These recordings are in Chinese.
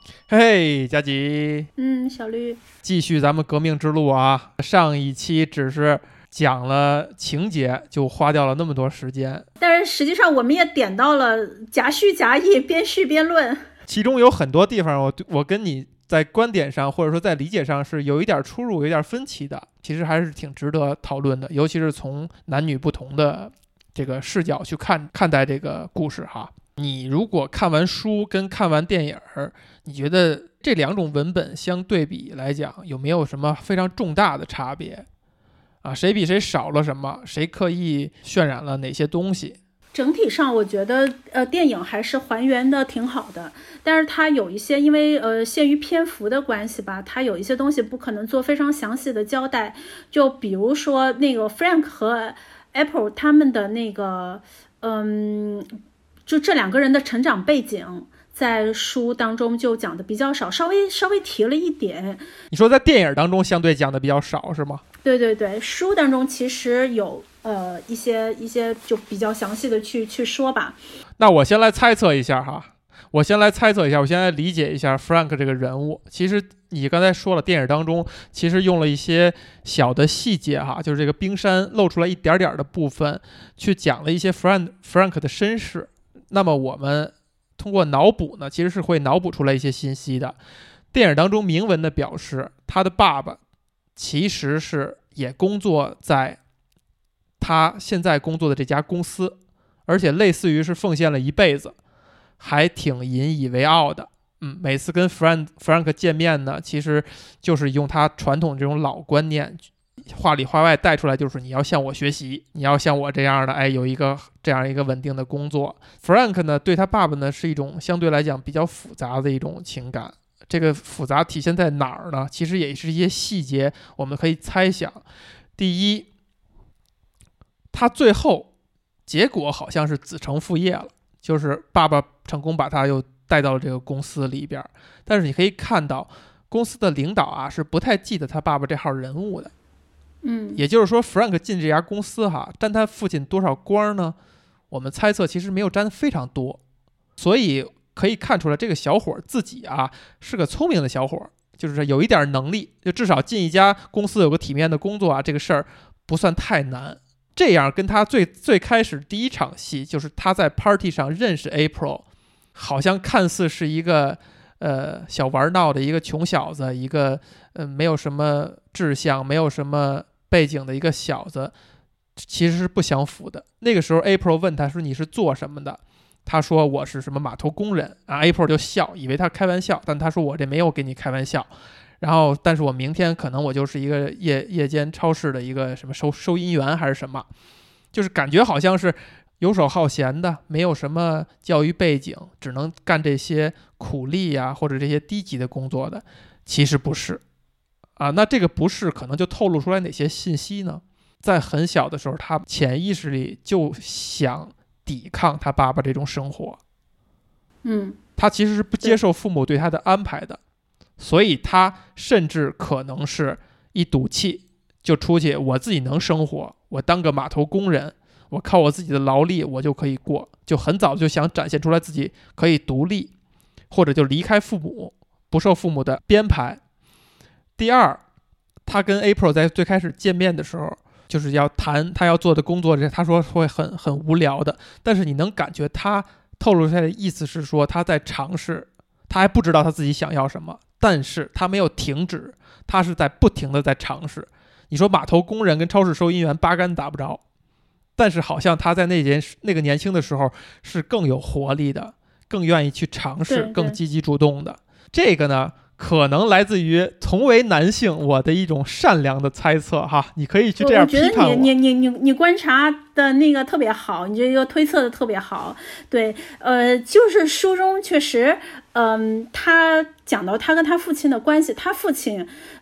嘿，佳琪， 小绿， 继续咱们革命之路啊！上一期只是讲了情节，就花掉了那么多时间， 但是实际上我们也点到了夹叙夹议，边叙边论。 其中有很多地方我跟你在观点上或者说在理解上是有一点出入，有一点分歧的，其实还是挺值得讨论的，尤其是从男女不同的这个视角去看待这个故事哈。你如果看完书跟看完电影，你觉得这两种文本相对比来讲有没有什么非常重大的差别啊？谁比谁少了什么？谁刻意渲染了哪些东西？ 整体上我觉得电影还是还原的挺好的，但是它有一些因为限于篇幅的关系吧，它有一些东西不可能做非常详细的交代。就比如说那个 Frank 和 April 他们的那个就这两个人的成长背景在书当中就讲的比较少，稍微提了一点。 你说在电影当中相对讲的比较少是吗？ 对对对，书当中其实有一些就比较详细的去说吧。 那我先来猜测一下哈，我先来理解一下 Frank 这个人物。其实你刚才说了，电影当中其实用了一些小的细节哈，就是这个冰山露出来一点点的部分，去讲了一些 Frank 的身世。那么我们通过脑补呢，其实是会脑补出来一些信息的。电影当中明文的表示，他的爸爸其实是也工作在他现在工作的这家公司，而且类似于是奉献了一辈子，还挺引以为傲的。每次跟 Frank 见面呢，其实就是用他传统这种老观念，话里话外带出来，就是你要向我学习，你要像我这样的，有一个这样一个稳定的工作。Frank 呢，对他爸爸呢是一种相对来讲比较复杂的一种情感。这个复杂体现在哪儿呢？其实也是一些细节，我们可以猜想。第一，他最后结果好像是子承父业了，就是爸爸成功把他又带到了这个公司里边，但是你可以看到公司的领导啊是不太记得他爸爸这号人物的。也就是说 Frank 进这家公司哈，沾他父亲多少光呢？我们猜测其实没有沾非常多，所以可以看出来这个小伙自己啊是个聪明的小伙，就是有一点能力，就至少进一家公司有个体面的工作啊，这个事儿不算太难。这样跟他最开始第一场戏，就是他在 party 上认识 April， 好像看似是一个小玩闹的一个穷小子，一个没有什么志向，没有什么背景的一个小子，其实是不相符的。那个时候 April 问他说你是做什么的，他说我是什么码头工人啊。 April 就笑，以为他开玩笑，但他说我这没有给你开玩笑，然后但是我明天可能我就是一个夜间超市的一个什么收银员还是什么，就是感觉好像是游手好闲的，没有什么教育背景，只能干这些苦力啊或者这些低级的工作的。其实不是啊。那这个不是可能就透露出来哪些信息呢？在很小的时候，他潜意识里就想抵抗他爸爸这种生活。他其实是不接受父母对他的安排的，所以他甚至可能是一赌气就出去，我自己能生活，我当个码头工人，我靠我自己的劳力我就可以过，就很早就想展现出来自己可以独立，或者就离开父母，不受父母的编排。第二，他跟 April 在最开始见面的时候，就是要谈他要做的工作，他说会很无聊的，但是你能感觉他透露出来的意思是说他在尝试，他还不知道他自己想要什么，但是他没有停止，他是在不停的在尝试。你说码头工人跟超市收银员八竿打不着，但是好像他在那个年轻的时候是更有活力的，更愿意去尝试，更积极主动的。这个呢可能来自于同为男性我的一种善良的猜测哈，你可以去这样批判我。 我觉得你观察的那个特别好，你这个推测的特别好。对，就是书中确实，他讲到他跟他父亲的关系，他父亲，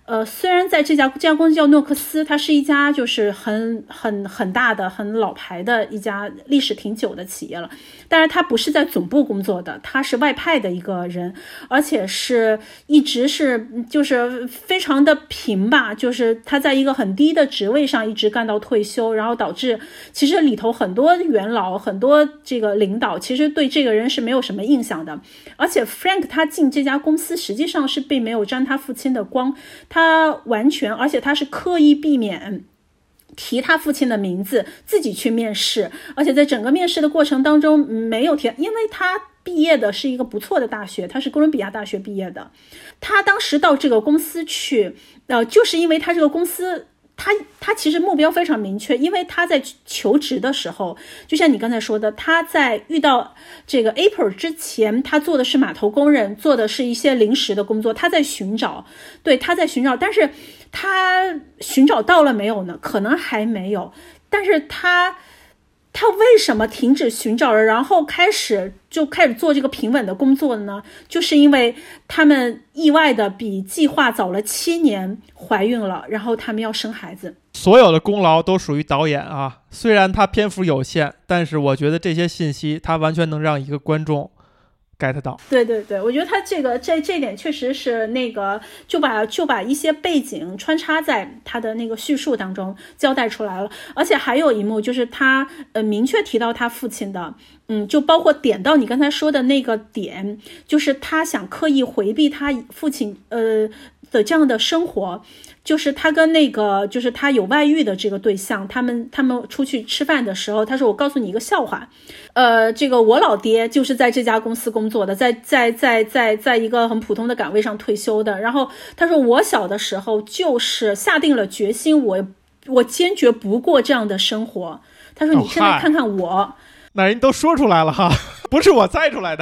虽然在这家公司叫诺克斯，它是一家就是很大的、很老牌的一家历史挺久的企业了，但是他不是在总部工作的，他是外派的一个人，而且是一直是就是非常的平吧，就是他在一个很低的职位上一直干到退休，然后导致其实里头很多元老、很多这个领导其实对这个人是没有什么印象的，而且 Frank 他进这家公司实际上是并没有沾他父亲的光，他完全，而且他是刻意避免提他父亲的名字，自己去面试，而且在整个面试的过程当中没有提，因为他毕业的是一个不错的大学，他是哥伦比亚大学毕业的。他当时到这个公司去，就是因为他这个公司他其实目标非常明确，因为他在求职的时候，就像你刚才说的，他在遇到这个 April 之前，他做的是码头工人，做的是一些临时的工作，他在寻找，但是他寻找到了没有呢？可能还没有，但是他为什么停止寻找了，然后开始做这个平稳的工作呢？就是因为他们意外的比计划早了7年怀孕了，然后他们要生孩子。 所有的功劳都属于导演啊，虽然他篇幅有限，但是我觉得这些信息他完全能让一个观众get 到。 对对对，我觉得他这点确实是那个就把一些背景穿插在他的那个叙述当中交代出来了，而且还有一幕就是他明确提到他父亲的，就包括点到你刚才说的那个点，就是他想刻意回避他父亲的这样的生活，就是他跟那个就是他有外遇的这个对象，他们出去吃饭的时候，他说我告诉你一个笑话，这个我老爹就是在这家公司工作的，在一个很普通的岗位上退休的，然后他说我小的时候就是下定了决心，我坚决不过这样的生活。他说你现在看看我， 那人都说出来了哈，不是我猜出来的。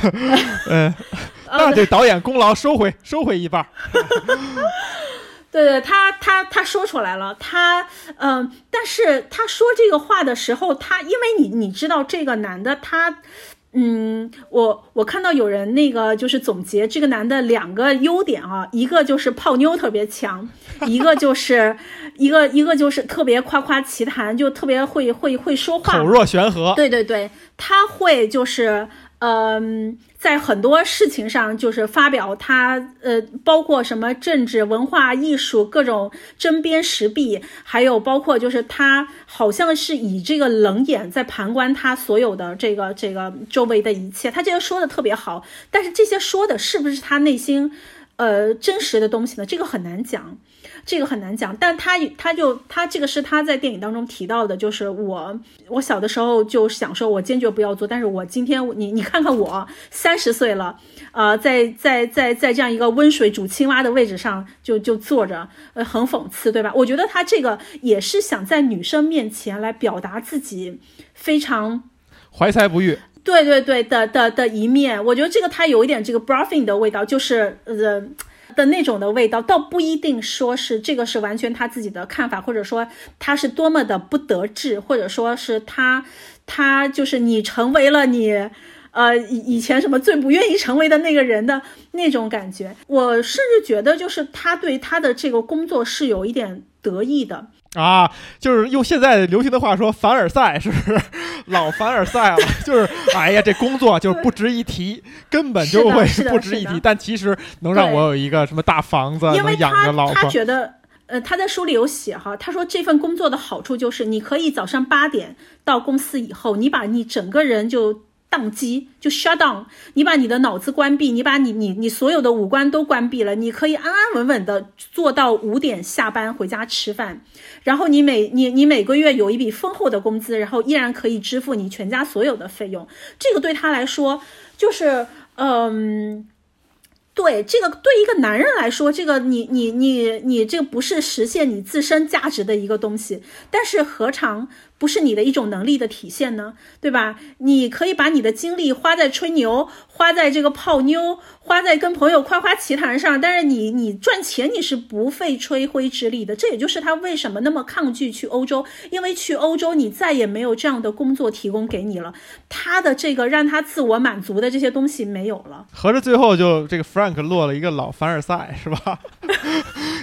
那这导演功劳收回一半。 对对，他说出来了，但是他说这个话的时候，因为你知道这个男的他。我看到有人那个就是总结这个男的2个优点啊，一个就是泡妞特别强，一个就是特别夸夸其谈，就特别会说话， 口若悬河。对对对，他会就是在很多事情上就是发表他包括什么政治、文化、艺术各种针砭时弊，还有包括就是他好像是以这个冷眼在旁观他所有的这个周围的一切，他这个说的特别好，但是这些说的是不是他内心真实的东西呢？这个很难讲。但他这个是他在电影当中提到的，就是我小的时候就想说我坚决不要做，但是我今天你看看我30岁了，在这样一个温水煮青蛙的位置上就坐着，很讽刺，对吧？我觉得他这个也是想在女生面前来表达自己非常怀才不遇。 对对对的一面，我觉得这个他有一点这个 Brofing 的味道，就是的那种的味道，倒不一定说是这个是完全他自己的看法，或者说他是多么的不得志，或者说是他就是你成为了你以前什么最不愿意成为的那个人的那种感觉。我甚至觉得就是他对他的这个工作是有一点得意的啊，就是用现在流行的话说凡尔赛，是不是老凡尔赛了？就是哎呀，这工作就是不值一提，根本就会不值一提，但其实能让我有一个什么大房子，能养个老婆。 他觉得他在书里有写哈，他说这份工作的好处就是你可以早上8点到公司以后，你把你整个人就宕机，就 shut down， 你把你的脑子关闭，你把你所有的五官都关闭了，你可以安安稳稳的做到5点下班回家吃饭，然后你每个月有一笔丰厚的工资，然后依然可以支付你全家所有的费用。这个对他来说就是对，这个对一个男人来说，这个你这个不是实现你自身价值的一个东西，但是何尝不是你的一种能力的体现呢？对吧？你可以把你的精力花在吹牛，花在这个泡妞，花在跟朋友夸夸其谈上，但是你赚钱你是不费吹灰之力的。这也就是他为什么那么抗拒去欧洲，因为去欧洲你再也没有这样的工作提供给你了，他的这个让他自我满足的这些东西没有了。 合着最后就这个 Frank 落了一个老凡尔赛，是吧？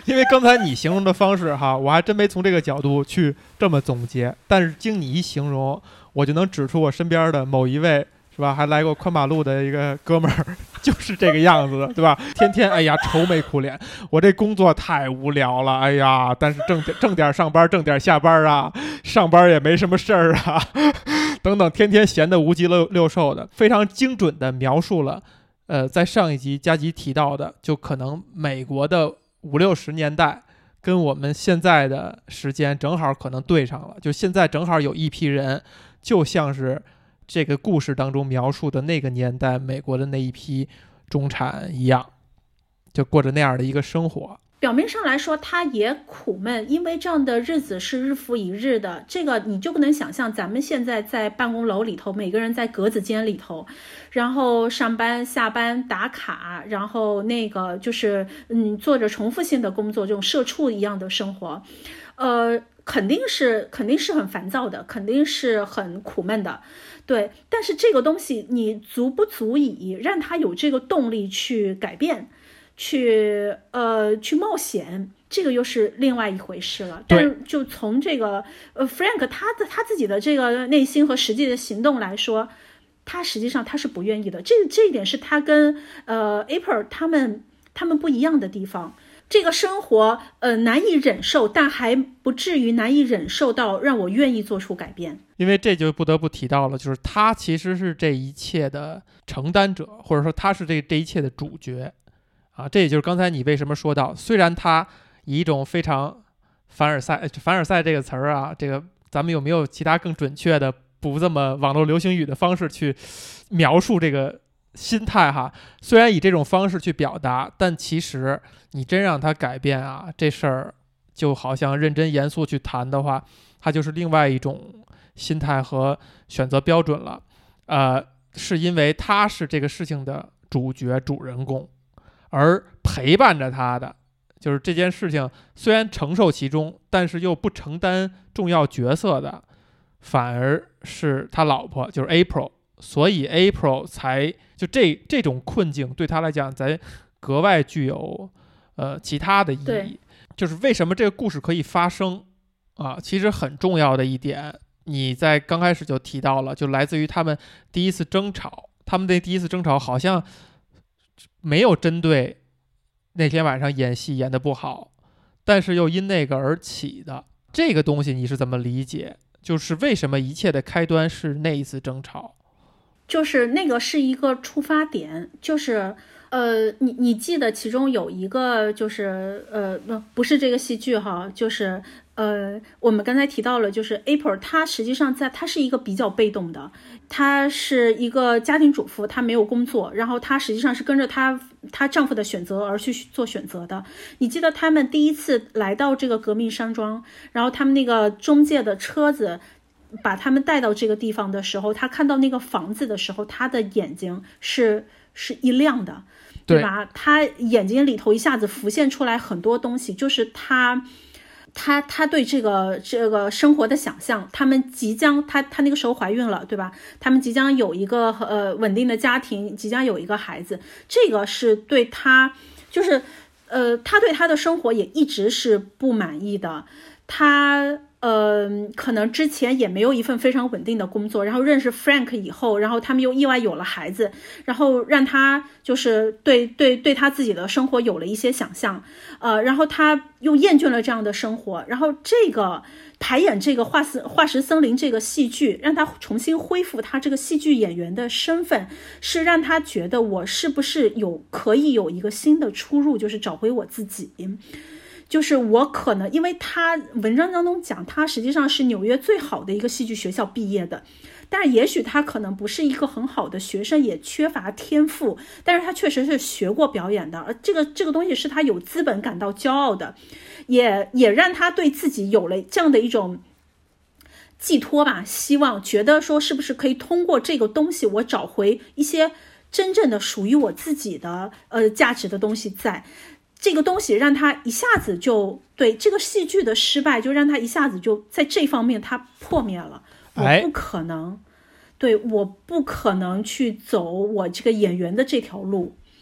因为刚才你形容的方式哈，我还真没从这个角度去这么总结，但是经你一形容，我就能指出我身边的某一位是吧，还来过宽马路的一个哥们儿，就是这个样子的，对吧？天天哎呀愁眉苦脸，我这工作太无聊了，哎呀，但是正点上班，正点下班啊，上班也没什么事儿啊，等等，天天闲得无鸡六兽的，非常精准的描述了。在上一集佳吉提到的，就可能美国的50-60年代跟我们现在的时间正好可能对上了，就现在正好有一批人，就像是这个故事当中描述的那个年代美国的那一批中产一样，就过着那样的一个生活。 表面上来说他也苦闷，因为这样的日子是日复一日的，这个你就不能想象咱们现在在办公楼里头，每个人在格子间里头，然后上班下班打卡，然后那个就是做着重复性的工作，这种社畜一样的生活，肯定是很烦躁的，肯定是很苦闷的，对。但是这个东西你足不足以让他有这个动力去改变，去冒险，这个又是另外一回事了。但是就从这个Frank 他自己的这个内心和实际的行动来说，他实际上他是不愿意的。这一点是他跟April 他们不一样的地方。这个生活难以忍受，但还不至于难以忍受到让我愿意做出改变。 因为这就不得不提到了，就是他其实是这一切的承担者，或者说他是这一切的主角啊。这也就是刚才你为什么说到，虽然他以一种非常凡尔赛这个词儿啊，这个咱们有没有其他更准确的不这么网络流行语的方式去描述这个心态哈？虽然以这种方式去表达，但其实你真让他改变啊，这事儿就好像认真严肃去谈的话，它就是另外一种心态和选择标准了。是因为他是这个事情的主角主人公，而陪伴着他的就是这件事情虽然承受其中，但是又不承担重要角色的反而是他老婆，就是 April。 所以 April 才就这种困境对他来讲才格外具有其他的意义。就是为什么这个故事可以发生啊？其实很重要的一点，你在刚开始就提到了，就来自于他们第一次争吵。他们的第一次争吵好像没有针对那天晚上演戏演得不好，但是又因那个而起的。这个东西你是怎么理解？就是为什么一切的开端是那一次争吵？ 就是那个是一个出发点，就是你记得其中有一个就是不是这个戏剧哈，就是我们刚才提到了，就是 April 她实际上她是一个比较被动的，她是一个家庭主妇，她没有工作，然后她实际上是跟着她丈夫的选择而去做选择的。你记得他们第一次来到这个革命山庄，然后他们那个中介的车子把他们带到这个地方的时候，他看到那个房子的时候，他的眼睛是一亮的，对吧？他眼睛里头一下子浮现出来很多东西，就是他对这个生活的想象。他们即将他那个时候怀孕了，对吧？他们即将有一个稳定的家庭，即将有一个孩子，这个是对他就是他对他的生活也一直是不满意的。他可能之前也没有一份非常稳定的工作，然后认识 Frank 以后，然后他们又意外有了孩子，然后让他就是对他自己的生活有了一些想象，然后他又厌倦了这样的生活，然后这个排演这个化石森林这个戏剧，让他重新恢复他这个戏剧演员的身份，是让他觉得我是不是可以有一个新的出路，就是找回我自己。就是我可能因为他文章当中讲他实际上是纽约最好的一个戏剧学校毕业的，但是也许他可能不是一个很好的学生，也缺乏天赋，但是他确实是学过表演的，而这个东西是他有资本感到骄傲的，也让他对自己有了这样的一种寄托吧，希望觉得说是不是可以通过这个东西我找回一些真正的属于我自己的价值的东西在。这个东西让他一下子就对这个戏剧的失败，就让他一下子就在这方面他破灭了。我不可能，对，我不可能去走我这个演员的这条路。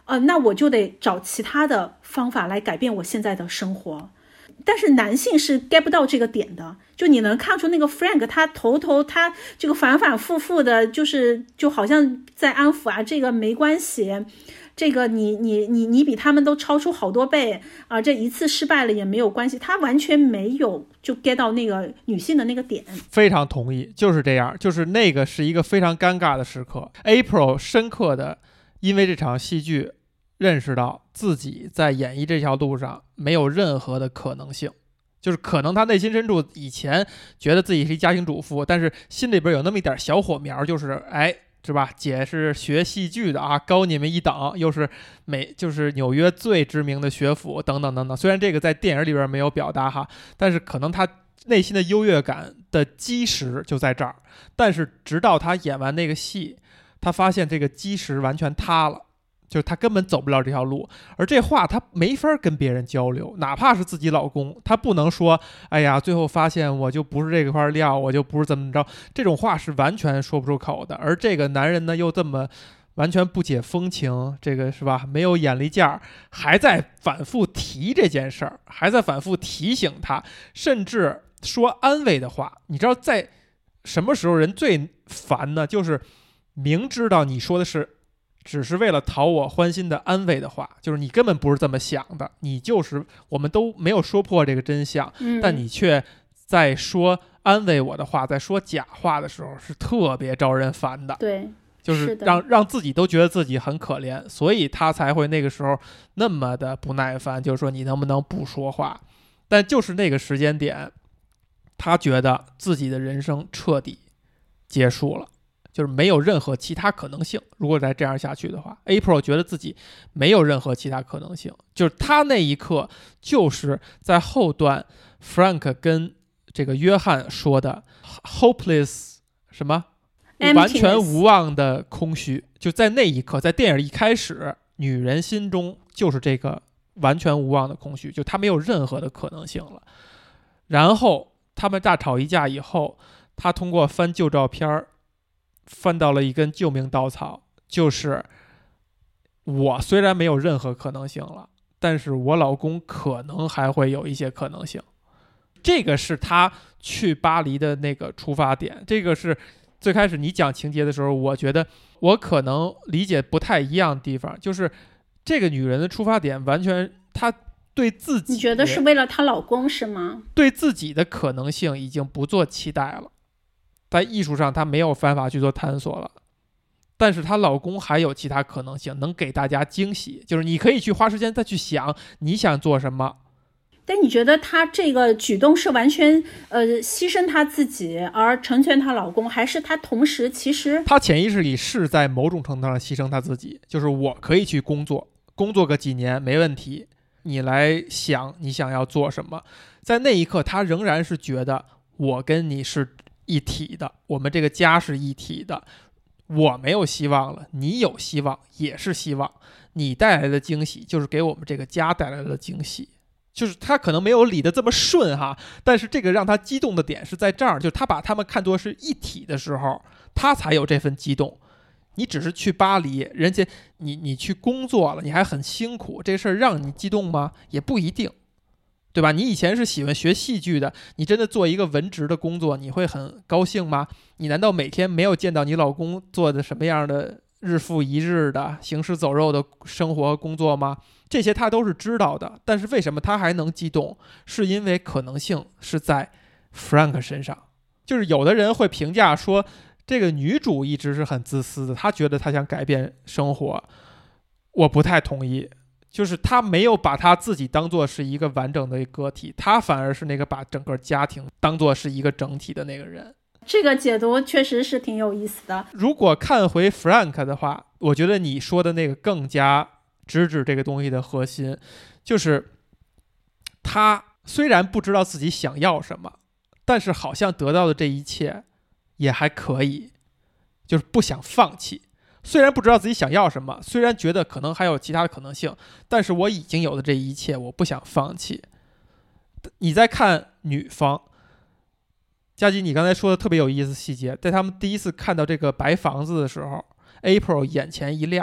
那我就得找其他的方法来改变我现在的生活。但是男性是 get 不到这个点的，就你能看出那个 Frank 他他这个反反复复的，就好像在安抚啊，这个没关系，这个你比他们都超出好多倍啊，这一次失败了也没有关系，他完全没有就 get 到那个女性的那个点。 非常同意，就是这样，就是那个是一个非常尴尬的时刻。April 深刻的因为这场戏剧认识到自己在演绎这条路上没有任何的可能性，就是可能他内心深处以前觉得自己是一家庭主妇，但是心里边有那么一点小火苗，就是是吧？姐是学戏剧的啊，高你们一等，又是就是纽约最知名的学府等等等等。虽然这个在电影里边没有表达哈，但是可能他内心的优越感的基石就在这儿。但是直到他演完那个戏，他发现这个基石完全塌了。就是他根本走不了这条路，而这话他没法跟别人交流，哪怕是自己老公，他不能说哎呀最后发现我就不是这块料，我就不是怎么着，这种话是完全说不出口的。而这个男人呢又这么完全不解风情，这个是吧，没有眼力见儿，还在反复提这件事儿，还在反复提醒他，甚至说安慰的话。你知道在什么时候人最烦呢？就是明知道你说的是只是为了讨我欢心的安慰的话，就是你根本不是这么想的，你就是我们都没有说破这个真相，但你却在说安慰我的话，在说假话的时候是特别招人烦的。 对， 就是让自己都觉得自己很可怜，所以他才会那个时候那么的不耐烦，就是说你能不能不说话。但就是那个时间点，他觉得自己的人生彻底结束了，就是没有任何其他可能性。如果再这样下去的话， April 觉得自己没有任何其他可能性，就是他那一刻就是在后段 Frank 跟这个约翰说的 hopeless 什么完全无望的空虚，就在那一刻，在电影一开始，女人心中就是这个完全无望的空虚，就她没有任何的可能性了。然后他们大吵一架以后，他通过翻旧照片翻到了一根救命稻草，就是我虽然没有任何可能性了，但是我老公可能还会有一些可能性。这个是他去巴黎的那个出发点。这个是最开始你讲情节的时候，我觉得我可能理解不太一样的地方，就是这个女人的出发点完全她对自己， 你觉得是为了她老公是吗？ 对自己的可能性已经不做期待了，在艺术上她没有办法去做探索了，但是她老公还有其他可能性能给大家惊喜，就是你可以去花时间再去想你想做什么。 但你觉得她这个举动是完全牺牲她自己而成全她老公，还是她同时其实她潜意识里是在某种程度上牺牲她自己，就是我可以去工作个几年没问题，你来想你想要做什么。在那一刻她仍然是觉得我跟你是一体的，我们这个家是一体的，我没有希望了，你有希望也是希望，你带来的惊喜就是给我们这个家带来的惊喜。就是他可能没有理得这么顺哈，但是这个让他激动的点是在这儿，就是他把他们看作是一体的时候，他才有这份激动。你只是去巴黎，人家你去工作了，你还很辛苦，这事儿让你激动吗？也不一定，对吧？你以前是喜欢学戏剧的，你真的做一个文职的工作，你会很高兴吗？你难道每天没有见到你老公做的什么样的日复一日的行尸走肉的生活工作吗？这些他都是知道的，但是为什么他还能激动？是因为可能性是在 Frank 身上。就是有的人会评价说，这个女主一直是很自私的，她觉得她想改变生活，我不太同意。就是她没有把她自己当作是一个完整的个体，她反而是那个把整个家庭当作是一个整体的那个人。 这个解读确实是挺有意思的。 如果看回 Frank 的话，我觉得你说的那个更加直指这个东西的核心，就是他虽然不知道自己想要什么，但是好像得到的这一切也还可以，就是不想放弃。虽然不知道自己想要什么，虽然觉得可能还有其他的可能性，但是我已经有的这一切我不想放弃。你再看女方，佳琪你刚才说的特别有意思细节，在他们第一次看到这个白房子的时候， April 眼前一亮，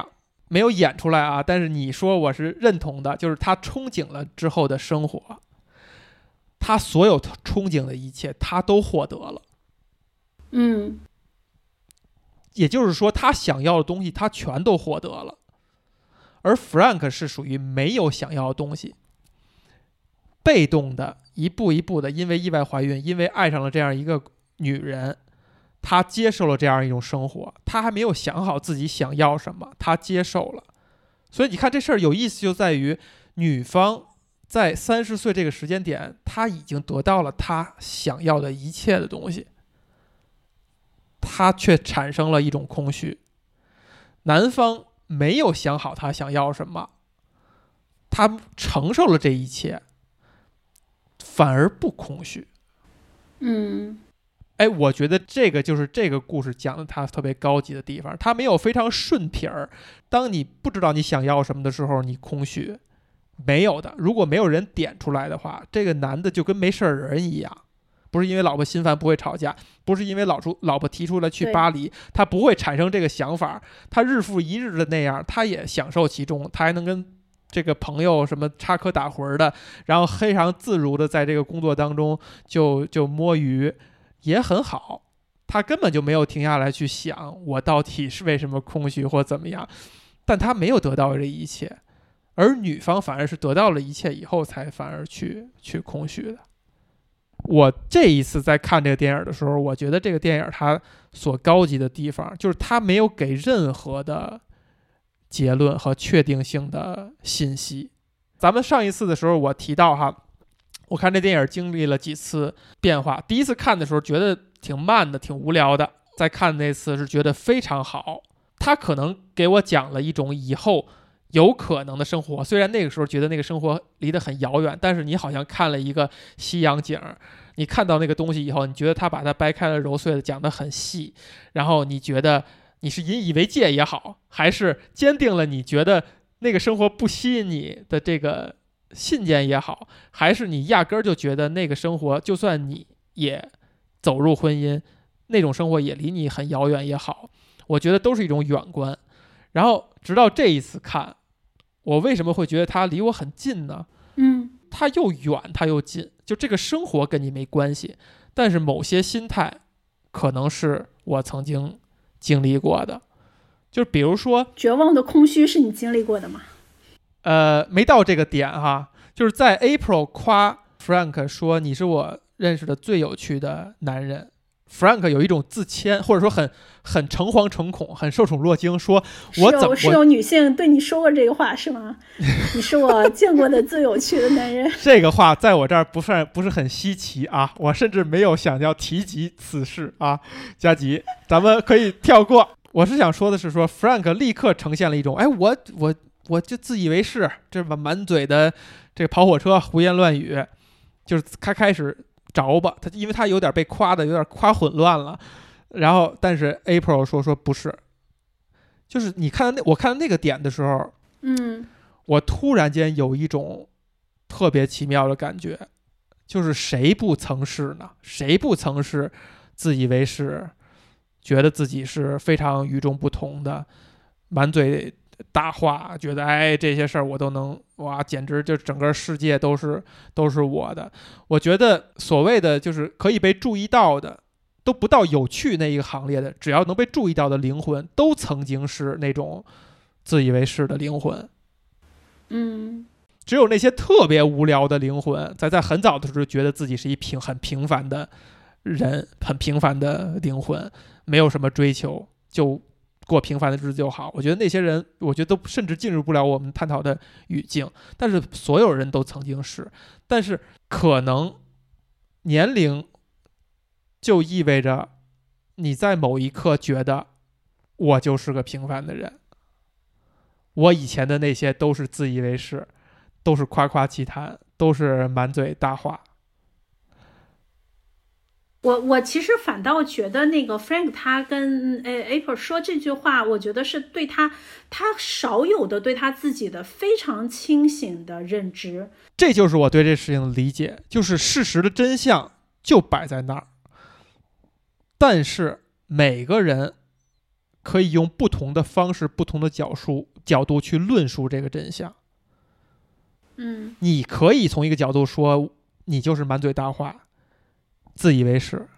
没有演出来啊，但是你说我是认同的，就是他憧憬了之后的生活，他所有憧憬的一切他都获得了。也就是说他想要的东西他全都获得了。而 Frank 是属于没有想要的东西，被动的一步一步的，因为意外怀孕，因为爱上了这样一个女人，他接受了这样一种生活，他还没有想好自己想要什么，他接受了。所以你看这事儿有意思就在于，女方在30岁这个时间点，她已经得到了她想要的一切的东西，她却产生了一种空虚。男方没有想好他想要什么，他承受了这一切，反而不空虚。我觉得这个就是这个故事讲的它特别高级的地方，它没有非常顺撇儿。当你不知道你想要什么的时候，你空虚，没有的。如果没有人点出来的话，这个男的就跟没事人一样，不是因为老婆心烦不会吵架，不是因为老婆提出来去巴黎，他不会产生这个想法，他日复一日的那样，他也享受其中，他还能跟这个朋友什么插科打诨的，然后非常自如的在这个工作当中就摸鱼，也很好。他根本就没有停下来去想我到底是为什么空虚或怎么样，但他没有得到这一切，而女方反而是得到了一切以后才反而去空虚的。我这一次在看这个电影的时候，我觉得这个电影它所高级的地方就是它没有给任何的结论和确定性的信息。咱们上一次的时候我提到哈，我看这电影经历了几次变化。第一次看的时候觉得挺慢的，挺无聊的，再看那次是觉得非常好。他可能给我讲了一种以后有可能的生活，虽然那个时候觉得那个生活离得很遥远，但是你好像看了一个西洋景，你看到那个东西以后，你觉得他把它掰开了揉碎了讲得很细，然后你觉得你是引以为戒也好，还是坚定了你觉得那个生活不吸引你的这个信念也好，还是你压根儿就觉得那个生活就算你也走入婚姻，那种生活也离你很遥远也好，我觉得都是一种远观。然后直到这一次看，我为什么会觉得它离我很近呢？它又远它又近，就这个生活跟你没关系，但是某些心态可能是我曾经经历过的。就是比如说绝望的空虚是你经历过的吗？ 没到这个点哈，就是在 April 夸 Frank 说你是我认识的最有趣的男人， Frank 有一种自谦，或者说很诚惶诚恐，很受宠若惊，说我怎么是有女性对你说过这个话是吗？你是我见过的最有趣的男人。 这个话在我这儿不是很稀奇啊，我甚至没有想要提及此事啊。佳吉，咱们可以跳过。我是想说的是说 Frank 立刻呈现了一种我就自以为是，这满嘴的这个跑火车胡言乱语，就是他开始着吧，他因为他有点被夸的有点夸混乱了，然后但是 April 说不是，就是你看到我看到那个点的时候，我突然间有一种特别奇妙的感觉，就是谁不曾是呢？谁不曾是自以为是，觉得自己是非常与众不同的，满嘴大话，觉得这些事儿我都能，哇，简直就整个世界都是我的。我觉得所谓的就是可以被注意到的，都不到有趣那一个行列的，只要能被注意到的灵魂，都曾经是那种自以为是的灵魂。只有那些特别无聊的灵魂，在很早的时候觉得自己是很平凡的人，很平凡的灵魂，没有什么追求，就过平凡的日子就好。我觉得那些人，我觉得都甚至进入不了我们探讨的语境。但是所有人都曾经是，但是可能年龄就意味着你在某一刻觉得我就是个平凡的人，我以前的那些都是自以为是，都是夸夸其谈，都是满嘴大话。 我其实反倒觉得那个 Frank 他跟April 说这句话，我觉得是对他少有的对他自己的非常清醒的认知。 这就是我对这事情的理解，就是事实的真相就摆在那儿，但是每个人可以用不同的方式、不同的角度去论述这个真相。你可以从一个角度说你就是满嘴大话，自以为是。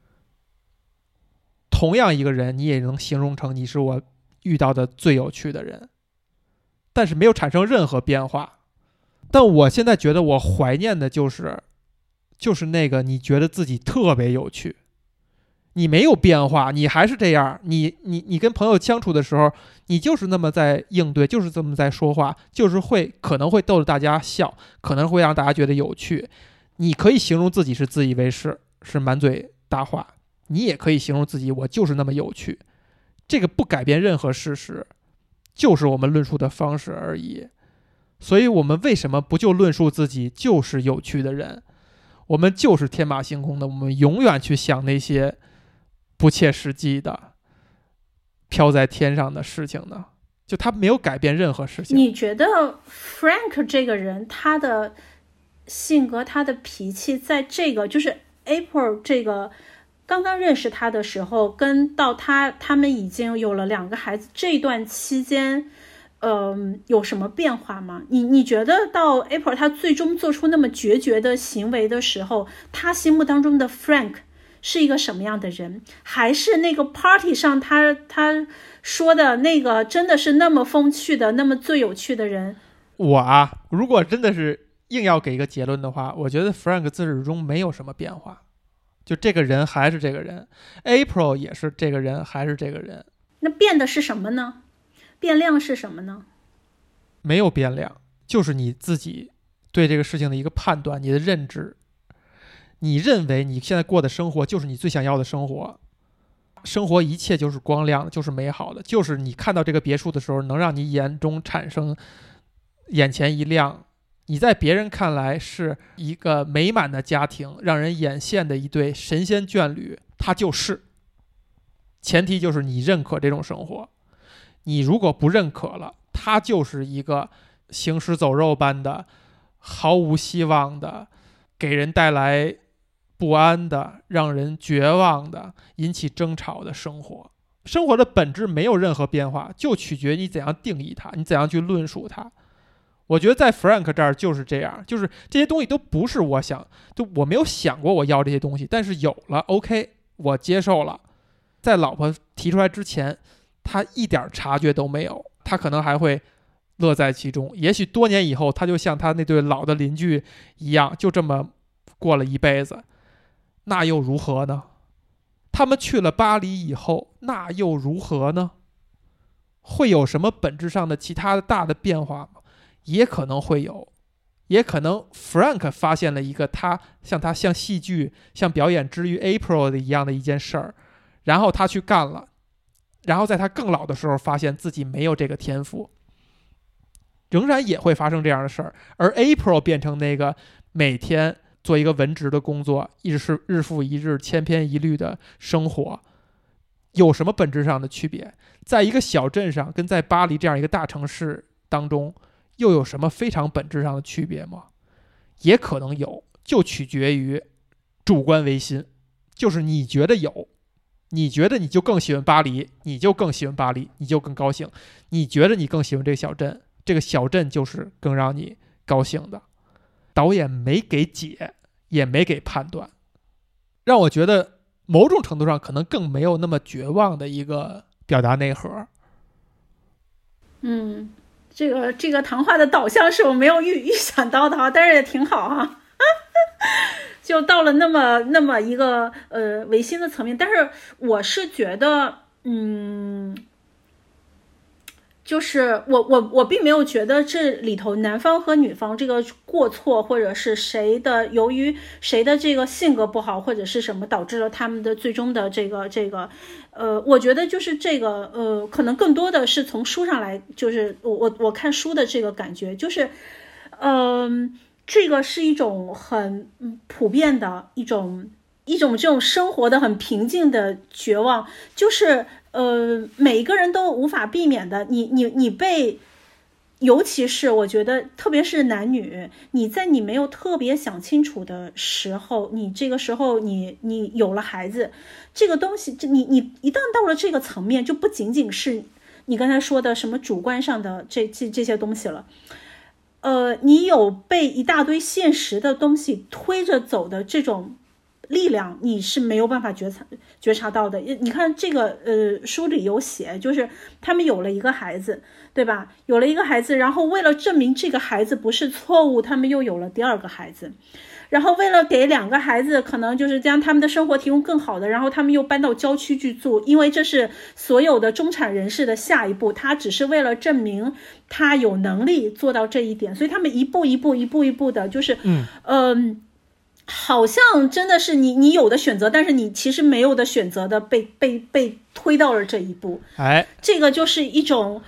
同样一个人，你也能形容成你是我遇到的最有趣的人，但是没有产生任何变化。但我现在觉得我怀念的就是那个你觉得自己特别有趣，你没有变化，你还是这样，你跟朋友相处的时候，你就是那么在应对，就是这么在说话，就是可能会逗得大家笑，可能会让大家觉得有趣。你可以形容自己是自以为是，是满嘴大话，你也可以形容自己我就是那么有趣，这个不改变任何事实，就是我们论述的方式而已。所以我们为什么不就论述自己就是有趣的人，我们就是天马行空的，我们永远去想那些不切实际的飘在天上的事情呢？就他没有改变任何事情。 你觉得 Frank 这个人，他的性格、他的脾气，在这个就是 April 这个刚刚认识他的时候，跟到他们已经有了2个孩子这段期间，有什么变化吗？你觉得到 April 他最终做出那么决绝的行为的时候，他心目当中的 Frank 是一个什么样的人？还是那个 party 上他说的那个真的是那么风趣的、那么最有趣的人？ 如果真的是硬要给一个结论的话，我觉得 Frank 自始至终没有什么变化，就这个人还是这个人， April 也是这个人还是这个人。 那变的是什么呢？变量是什么呢？ 没有变量，就是你自己对这个事情的一个判断，你的认知。你认为你现在过的生活就是你最想要的生活，生活一切就是光亮的，就是美好的，就是你看到这个别墅的时候能让你眼中产生眼前一亮，你在别人看来是一个美满的家庭，让人眼羡的一对神仙眷侣，它就是前提就是你认可这种生活。你如果不认可了，它就是一个行尸走肉般的毫无希望的，给人带来不安的，让人绝望的，引起争吵的生活。生活的本质没有任何变化，就取决于你怎样定义它，你怎样去论述它。我觉得在 Frank 这儿就是这样，就是这些东西都不是我没有想过我要这些东西，但是有了 OK 我接受了。在老婆提出来之前，他一点察觉都没有，他可能还会乐在其中。也许多年以后，他就像他那对老的邻居一样，就这么过了一辈子，那又如何呢？他们去了巴黎以后，那又如何呢？会有什么本质上的其他的大的变化吗？也可能会有，也可能 Frank 发现了一个他像戏剧、像表演之于 April 的一样的一件事儿，然后他去干了。然后在他更老的时候发现自己没有这个天赋，仍然也会发生这样的事儿。而 April 变成那个每天做一个文职的工作，日复一日千篇一律的生活，有什么本质上的区别？在一个小镇上跟在巴黎这样一个大城市当中，又有什么非常本质上的区别吗？也可能有，就取决于主观唯心，就是你觉得有，你觉得你就更喜欢巴黎，你就更喜欢巴黎，你就更高兴。你觉得你更喜欢这个小镇，这个小镇就是更让你高兴的。导演没给解，也没给判断，让我觉得某种程度上可能更没有那么绝望的一个表达内核。 这个谈话的导向是我没有预想到的哈，但是也挺好哈。就到了那么一个唯心的层面，但是我是觉得，就是我并没有觉得这里头男方和女方这个过错，或者是由于谁的这个性格不好，或者是什么导致了他们的最终的这个我觉得就是这个可能更多的是从书上来，就是我看书的这个感觉，就是这个是一种很普遍的一种这种生活的很平静的绝望，就是每一个人都无法避免的，你被尤其是我觉得，特别是男女，你在你没有特别想清楚的时候，你这个时候你有了孩子，这个东西，你一旦到了这个层面，就不仅仅是你刚才说的什么主观上的这些东西了。你有被一大堆现实的东西推着走的这种力量，你是没有办法觉察到的。你看这个书里有写，就是他们有了一个孩子，对吧？有了一个孩子，然后为了证明这个孩子不是错误，他们又有了第二个孩子，然后为了给2个孩子可能就是将他们的生活提供更好的，然后他们又搬到郊区去住，因为这是所有的中产人士的下一步，他只是为了证明他有能力做到这一点，所以他们一步一步的，就是好像真的是你有的选择，但是你其实没有的选择的被推到了这一步。这个就是一种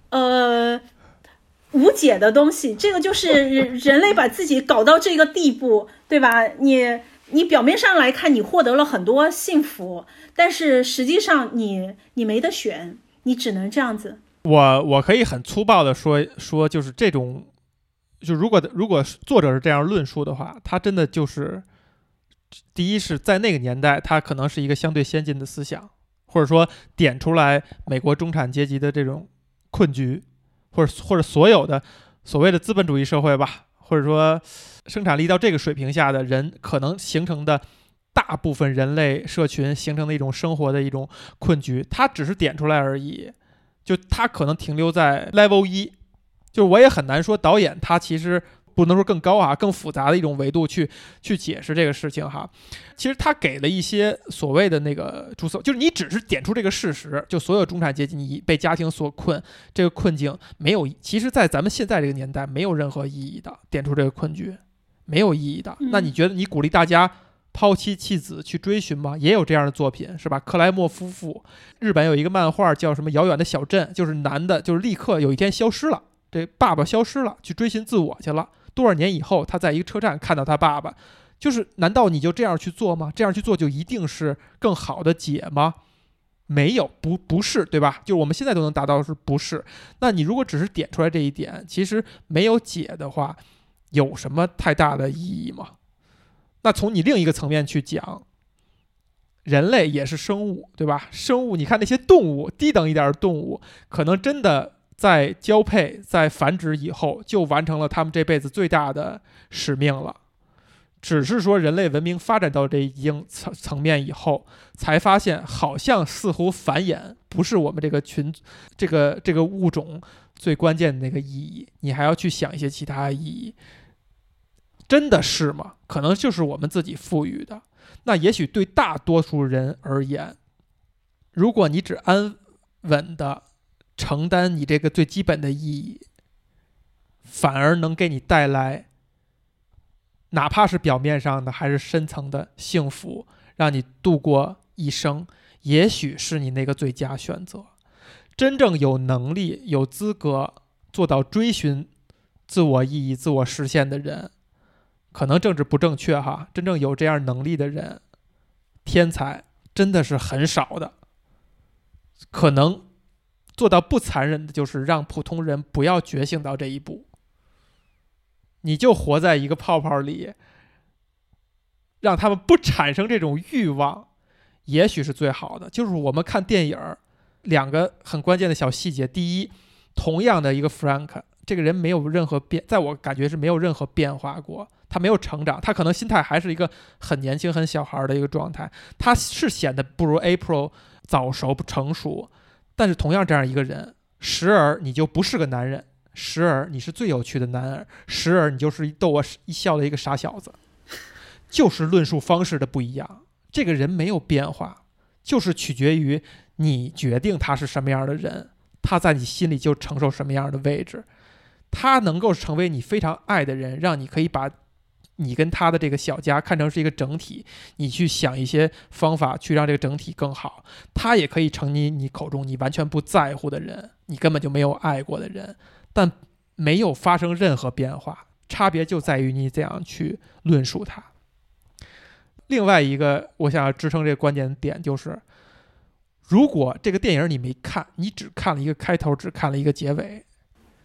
无解的东西，这个就是人类把自己搞到这个地步，对吧？你表面上来看你获得了很多幸福，但是实际上你没得选，你只能这样子。 我可以很粗暴的说，就是这种，就如果作者是这样论述的话，他真的就是第一是在那个年代，他可能是一个相对先进的思想，或者说点出来美国中产阶级的这种困局，或者所有的所谓的资本主义社会吧，或者说生产力到这个水平下的人可能形成的大部分人类社群形成的一种生活的一种困局，他只是点出来而已，就他可能停留在 level 1，就是我也很难说导演他其实不能说更高啊，更复杂的一种维度去解释这个事情哈。其实他给了一些所谓的那个注册，就是你只是点出这个事实，就所有中产阶级你被家庭所困，这个困境没有，其实在咱们现在这个年代没有任何意义的，点出这个困局没有意义的。那你觉得你鼓励大家抛妻弃子去追寻吗？也有这样的作品，是吧？克莱默夫妇，日本有一个漫画叫什么《遥远的小镇》，就是男的就是立刻有一天消失了，这爸爸消失了，去追寻自我去了。多少年以后，他在一个车站看到他爸爸，就是难道你就这样去做吗？这样去做就一定是更好的解吗？没有，不是，对吧？就是我们现在都能达到是不是？那你如果只是点出来这一点，其实没有解的话，有什么太大的意义吗？那从你另一个层面去讲，人类也是生物，对吧？生物，你看那些动物，低等一点的动物，可能真的在交配、在繁殖以后，就完成了他们这辈子最大的使命了。只是说人类文明发展到这一定层面以后，才发现好像似乎繁衍不是我们这个这个物种最关键的那个意义，你还要去想一些其他意义。真的是吗？可能就是我们自己赋予的。那也许对大多数人而言，如果你只安稳的承担你这个最基本的意义，反而能给你带来哪怕是表面上的还是深层的幸福，让你度过一生，也许是你那个最佳选择。真正有能力有资格做到追寻自我意义自我实现的人，可能政治不正确哈，真正有这样能力的人，天才真的是很少的。可能做到不残忍的就是让普通人不要觉醒到这一步，你就活在一个泡泡里，让他们不产生这种欲望，也许是最好的。就是我们看电影2个很关键的小细节，第一，同样的一个 Frank， 这个人没有任何在我感觉是没有任何变化过，他没有成长，他可能心态还是一个很年轻很小孩的一个状态，他是显得不如 April 早熟不成熟，但是同样这样一个人，时而你就不是个男人，时而你是最有趣的男儿，时而你就是逗我一笑的一个傻小子，就是论述方式的不一样。这个人没有变化，就是取决于你决定他是什么样的人，他在你心里就承受什么样的位置。他能够成为你非常爱的人，让你可以把你跟他的这个小家看成是一个整体，你去想一些方法去让这个整体更好。他也可以成你口中你完全不在乎的人，你根本就没有爱过的人，但没有发生任何变化，差别就在于你怎样去论述它。另外一个我想要支撑这个观点的点就是，如果这个电影你没看，你只看了一个开头，只看了一个结尾，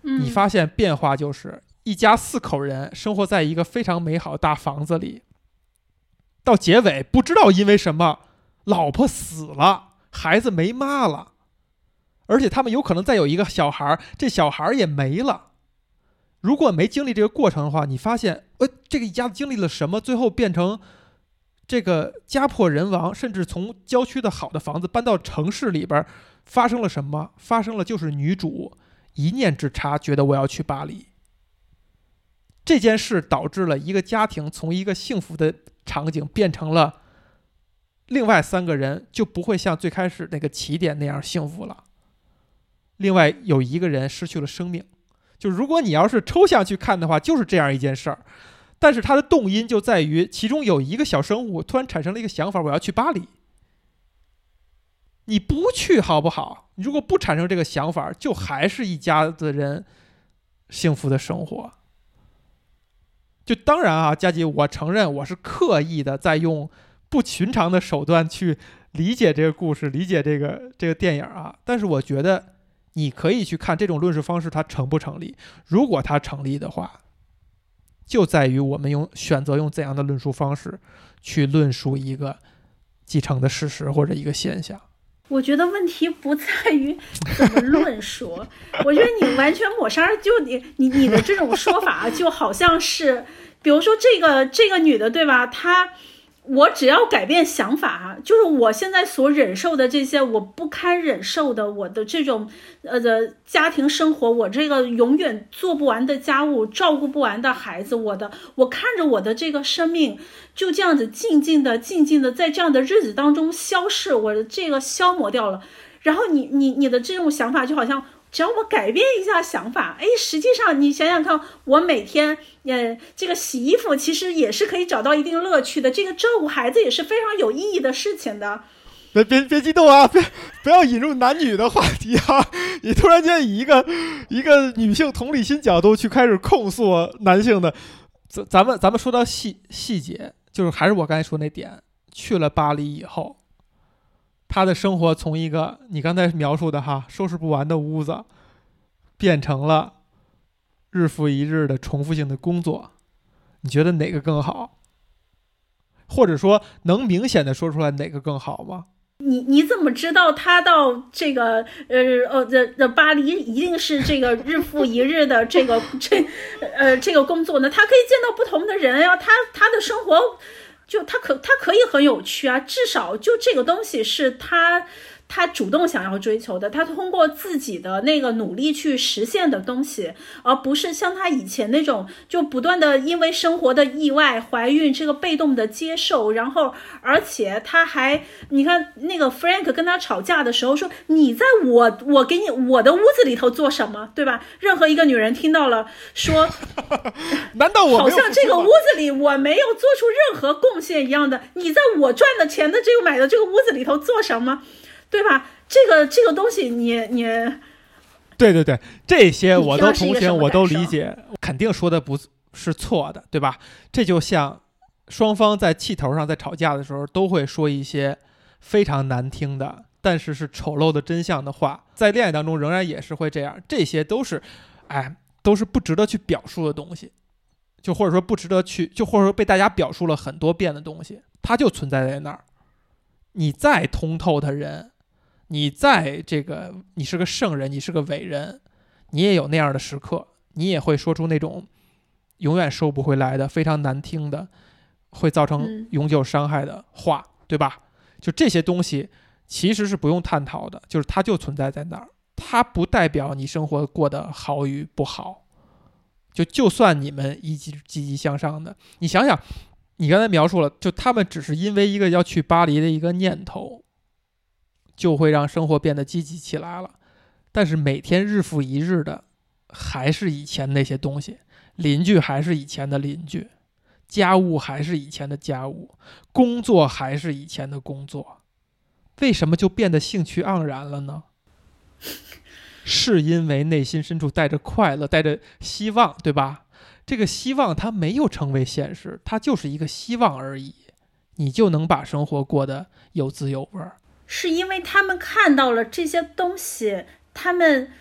你发现变化就是一家4口人生活在一个非常美好大房子里，到结尾不知道因为什么老婆死了，孩子没妈了，而且他们有可能再有一个小孩，这小孩也没了。如果没经历这个过程的话，你发现这个一家子经历了什么，最后变成这个家破人亡，甚至从郊区的好的房子搬到城市里边，发生了什么？发生了就是女主一念之差觉得我要去巴黎，这件事导致了一个家庭从一个幸福的场景变成了另外3个人就不会像最开始那个起点那样幸福了。另外有一个人失去了生命，就如果你要是抽象去看的话，就是这样一件事儿。但是它的动因就在于其中有一个小生物突然产生了一个想法，我要去巴黎。你不去好不好？你如果不产生这个想法，就还是一家子人幸福的生活。就当然啊，佳琪，我承认我是刻意的在用不寻常的手段去理解这个故事，理解这个电影啊。但是我觉得你可以去看这种论述方式它成不成立。如果它成立的话，就在于我们选择用怎样的论述方式去论述一个继承的事实或者一个现象。 我觉得问题不在于怎么论述，我觉得你完全抹杀，就你的这种说法就好像是，比如说这个女的，对吧？我只要改变想法，就是我现在所忍受的这些我不堪忍受的，我的这种家庭生活，我这个永远做不完的家务，照顾不完的孩子，我看着我的这个生命就这样子静静的在这样的日子当中消逝，我这个消磨掉了。然后你的这种想法就好像只要我改变一下想法，实际上你想想看，我每天这个洗衣服其实也是可以找到一定乐趣的，这个照顾孩子也是非常有意义的事情的。 别激动啊，不要引入男女的话题啊！你突然间以一个女性同理心角度去开始控诉男性的， 咱们说到细节，就是还是我刚才说那点，去了巴黎以后，他的生活从一个你刚才描述的收拾不完的屋子，变成了日复一日的重复性的工作。你觉得哪个更好？或者说能明显的说出来哪个更好吗？ 你怎么知道他到这个巴黎一定是这个日复一日的这个工作呢？他可以见到不同的人呀，他的生活就他可以很有趣啊，至少就这个东西是他主动想要追求的，他通过自己的那个努力去实现的东西，而不是像他以前那种就不断的因为生活的意外怀孕这个被动的接受，然后而且他还你看那个 Frank 跟他吵架的时候说，你在我给你我的屋子里头做什么，对吧？任何一个女人听到了说难道我好像这个屋子里我没有做出任何贡献一样的，你在我赚的钱的这个买的这个屋子里头做什么，对吧？这个东西你对，这些我都同情，我都理解，肯定说的不是错的，对吧？这就像双方在气头上在吵架的时候，都会说一些非常难听的，但是是丑陋的真相的话，在恋爱当中仍然也是会这样。这些都是不值得去表述的东西，就或者说不值得去，就或者说被大家表述了很多遍的东西，它就存在在那儿。你再通透的人，你是个圣人，你是个伟人，你也有那样的时刻，你也会说出那种永远收不回来的非常难听的会造成永久伤害的话，对吧？就这些东西其实是不用探讨的，就是它就存在在那儿，它不代表你生活过得好与不好。就算你们积极向上的，你想想你刚才描述了，就他们只是因为一个要去巴黎的一个念头，就会让生活变得积极起来了。但是每天日复一日的还是以前那些东西，邻居还是以前的邻居，家务还是以前的家务，工作还是以前的工作，为什么就变得兴趣盎然了呢？是因为内心深处带着快乐，带着希望，对吧？这个希望它没有成为现实，它就是一个希望而已，你就能把生活过得有滋有味。 是因为他们看到了这些东西，他们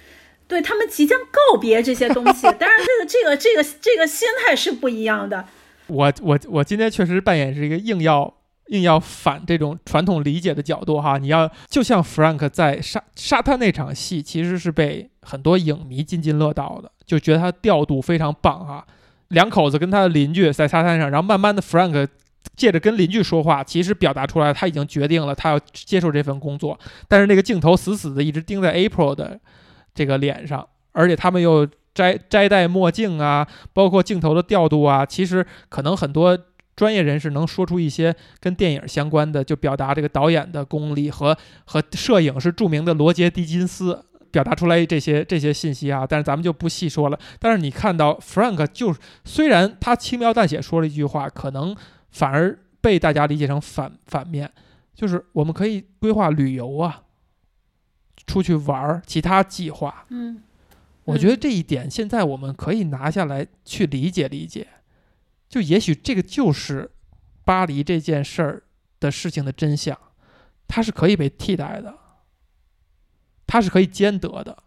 对他们即将告别这些东西。当然这个心态是不一样的。 我今天确实扮演是一个硬要反这种传统理解的角度哈，你要就像 Frank 在沙滩那场戏，其实是被很多影迷津津乐道的，就觉得他调度非常棒哈。两口子跟他的邻居在沙滩上，然后慢慢的 Frank 借着跟邻居说话，其实表达出来他已经决定了他要接受这份工作，但是那个镜头死死的一直盯在 April 的这个脸上，而且他们又摘戴墨镜啊，包括镜头的调度啊，其实可能很多专业人士能说出一些跟电影相关的，就表达这个导演的功力和摄影是著名的罗杰·狄金斯表达出来这些信息啊，但是咱们就不细说了。但是你看到 Frank 就虽然他轻描淡写说了一句话，可能反而被大家理解成反面，就是我们可以规划旅游啊，出去玩其他计划。我觉得这一点现在我们可以拿下来去理解理解，就也许这个就是巴黎这件事儿的事情的真相，它是可以被替代的，它是可以兼得的。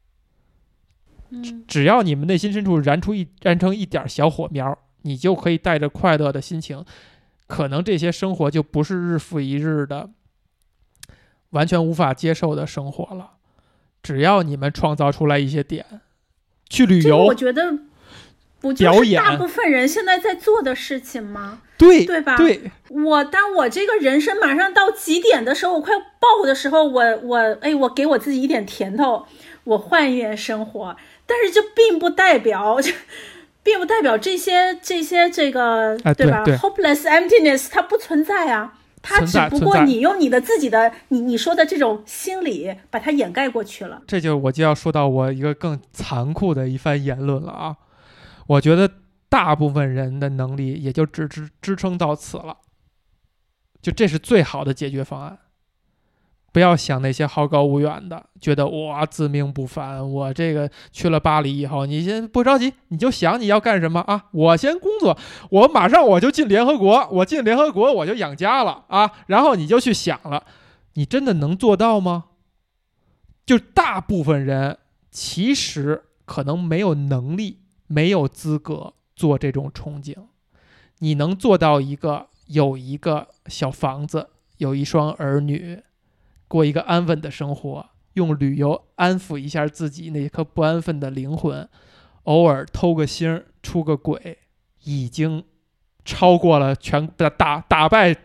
只要你们内心深处燃成一点小火苗，你就可以带着快乐的心情，可能这些生活就不是日复一日的完全无法接受的生活了。只要你们创造出来一些点，去旅游， 我觉得不就是大部分人现在在做的事情吗？对吧？ 对， 当我这个人生马上到极点的时候，我快爆的时候，我给我自己一点甜头，我换一点生活。但是这并不代表这些这个，对吧？ hopeless emptiness 它不存在啊，它只不过你用你的自己的你说的这种心理把它掩盖过去了。 我就要说到我一个更残酷的一番言论了啊！我觉得大部分人的能力也就只支撑到此了，就这是最好的解决方案。不要想那些好高骛远的，觉得我自命不凡，我这个去了巴黎以后，你先不着急，你就想你要干什么啊？我先工作，我马上我就进联合国，我进联合国我就养家了啊！然后你就去想了，你真的能做到吗？就大部分人其实可能没有能力，没有资格做这种憧憬。你能做到有一个小房子，有一双儿女，过一个安稳的生活，用旅游安抚一下自己那颗不安分的灵魂，偶尔偷个腥出个轨，已经超过了打败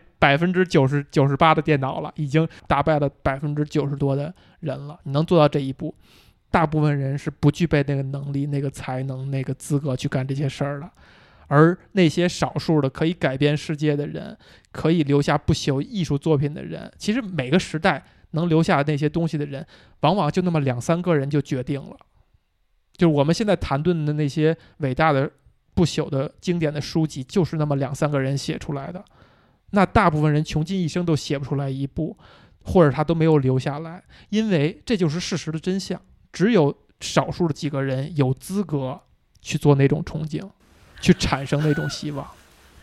98%的电脑了，已经打败了90%多的人了。你能做到这一步，大部分人是不具备那个能力、那个才能、那个资格去干这些事儿的。而那些少数的可以改变世界的人，可以留下不朽艺术作品的人，其实每个时代能留下那些东西的人，往往就那么2-3个人就决定了。就是我们现在谈论的那些伟大的不朽的经典的书籍，就是那么2-3个人写出来的。那大部分人穷尽一生都写不出来一部，或者他都没有留下来，因为这就是事实的真相。只有少数的几个人有资格去做那种憧憬，去产生那种希望。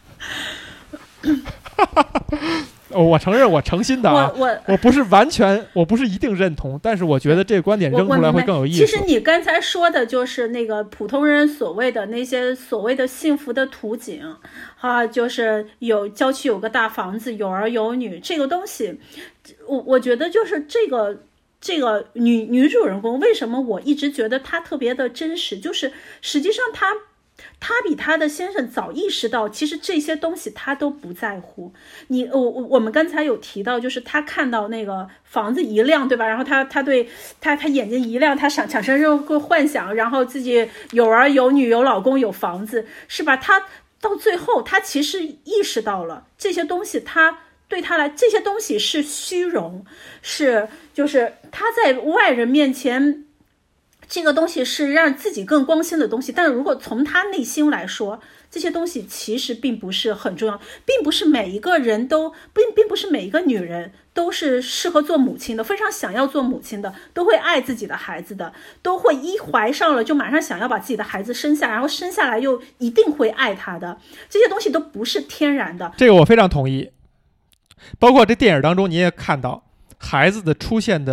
我承认我诚心的啊，我不是一定认同，但是我觉得这个观点扔出来会更有意思。 其实你刚才说的就是那个普通人所谓的那些所谓的幸福的图景啊，就是郊区有个大房子，有儿有女，这个东西我觉得就是这个女主人公，为什么我一直觉得她特别的真实，就是实际上她比她的先生早意识到，其实这些东西她都不在乎。我们刚才有提到，就是她看到那个房子一亮，对吧？然后她对她眼睛一亮，她产生这个幻想，然后自己有儿有女有老公有房子，是吧？她到最后，她其实意识到了这些东西，对他来，这些东西是虚荣，就是他在外人面前，这个东西是让自己更光鲜的东西。但是如果从他内心来说，这些东西其实并不是很重要，并不是每一个人都并不是每一个女人都是适合做母亲的，非常想要做母亲的，都会爱自己的孩子的，都会一怀上了就马上想要把自己的孩子生下，然后生下来又一定会爱他的。这些东西都不是天然的。 这个我非常同意。包括这电影当中你也看到孩子的出现的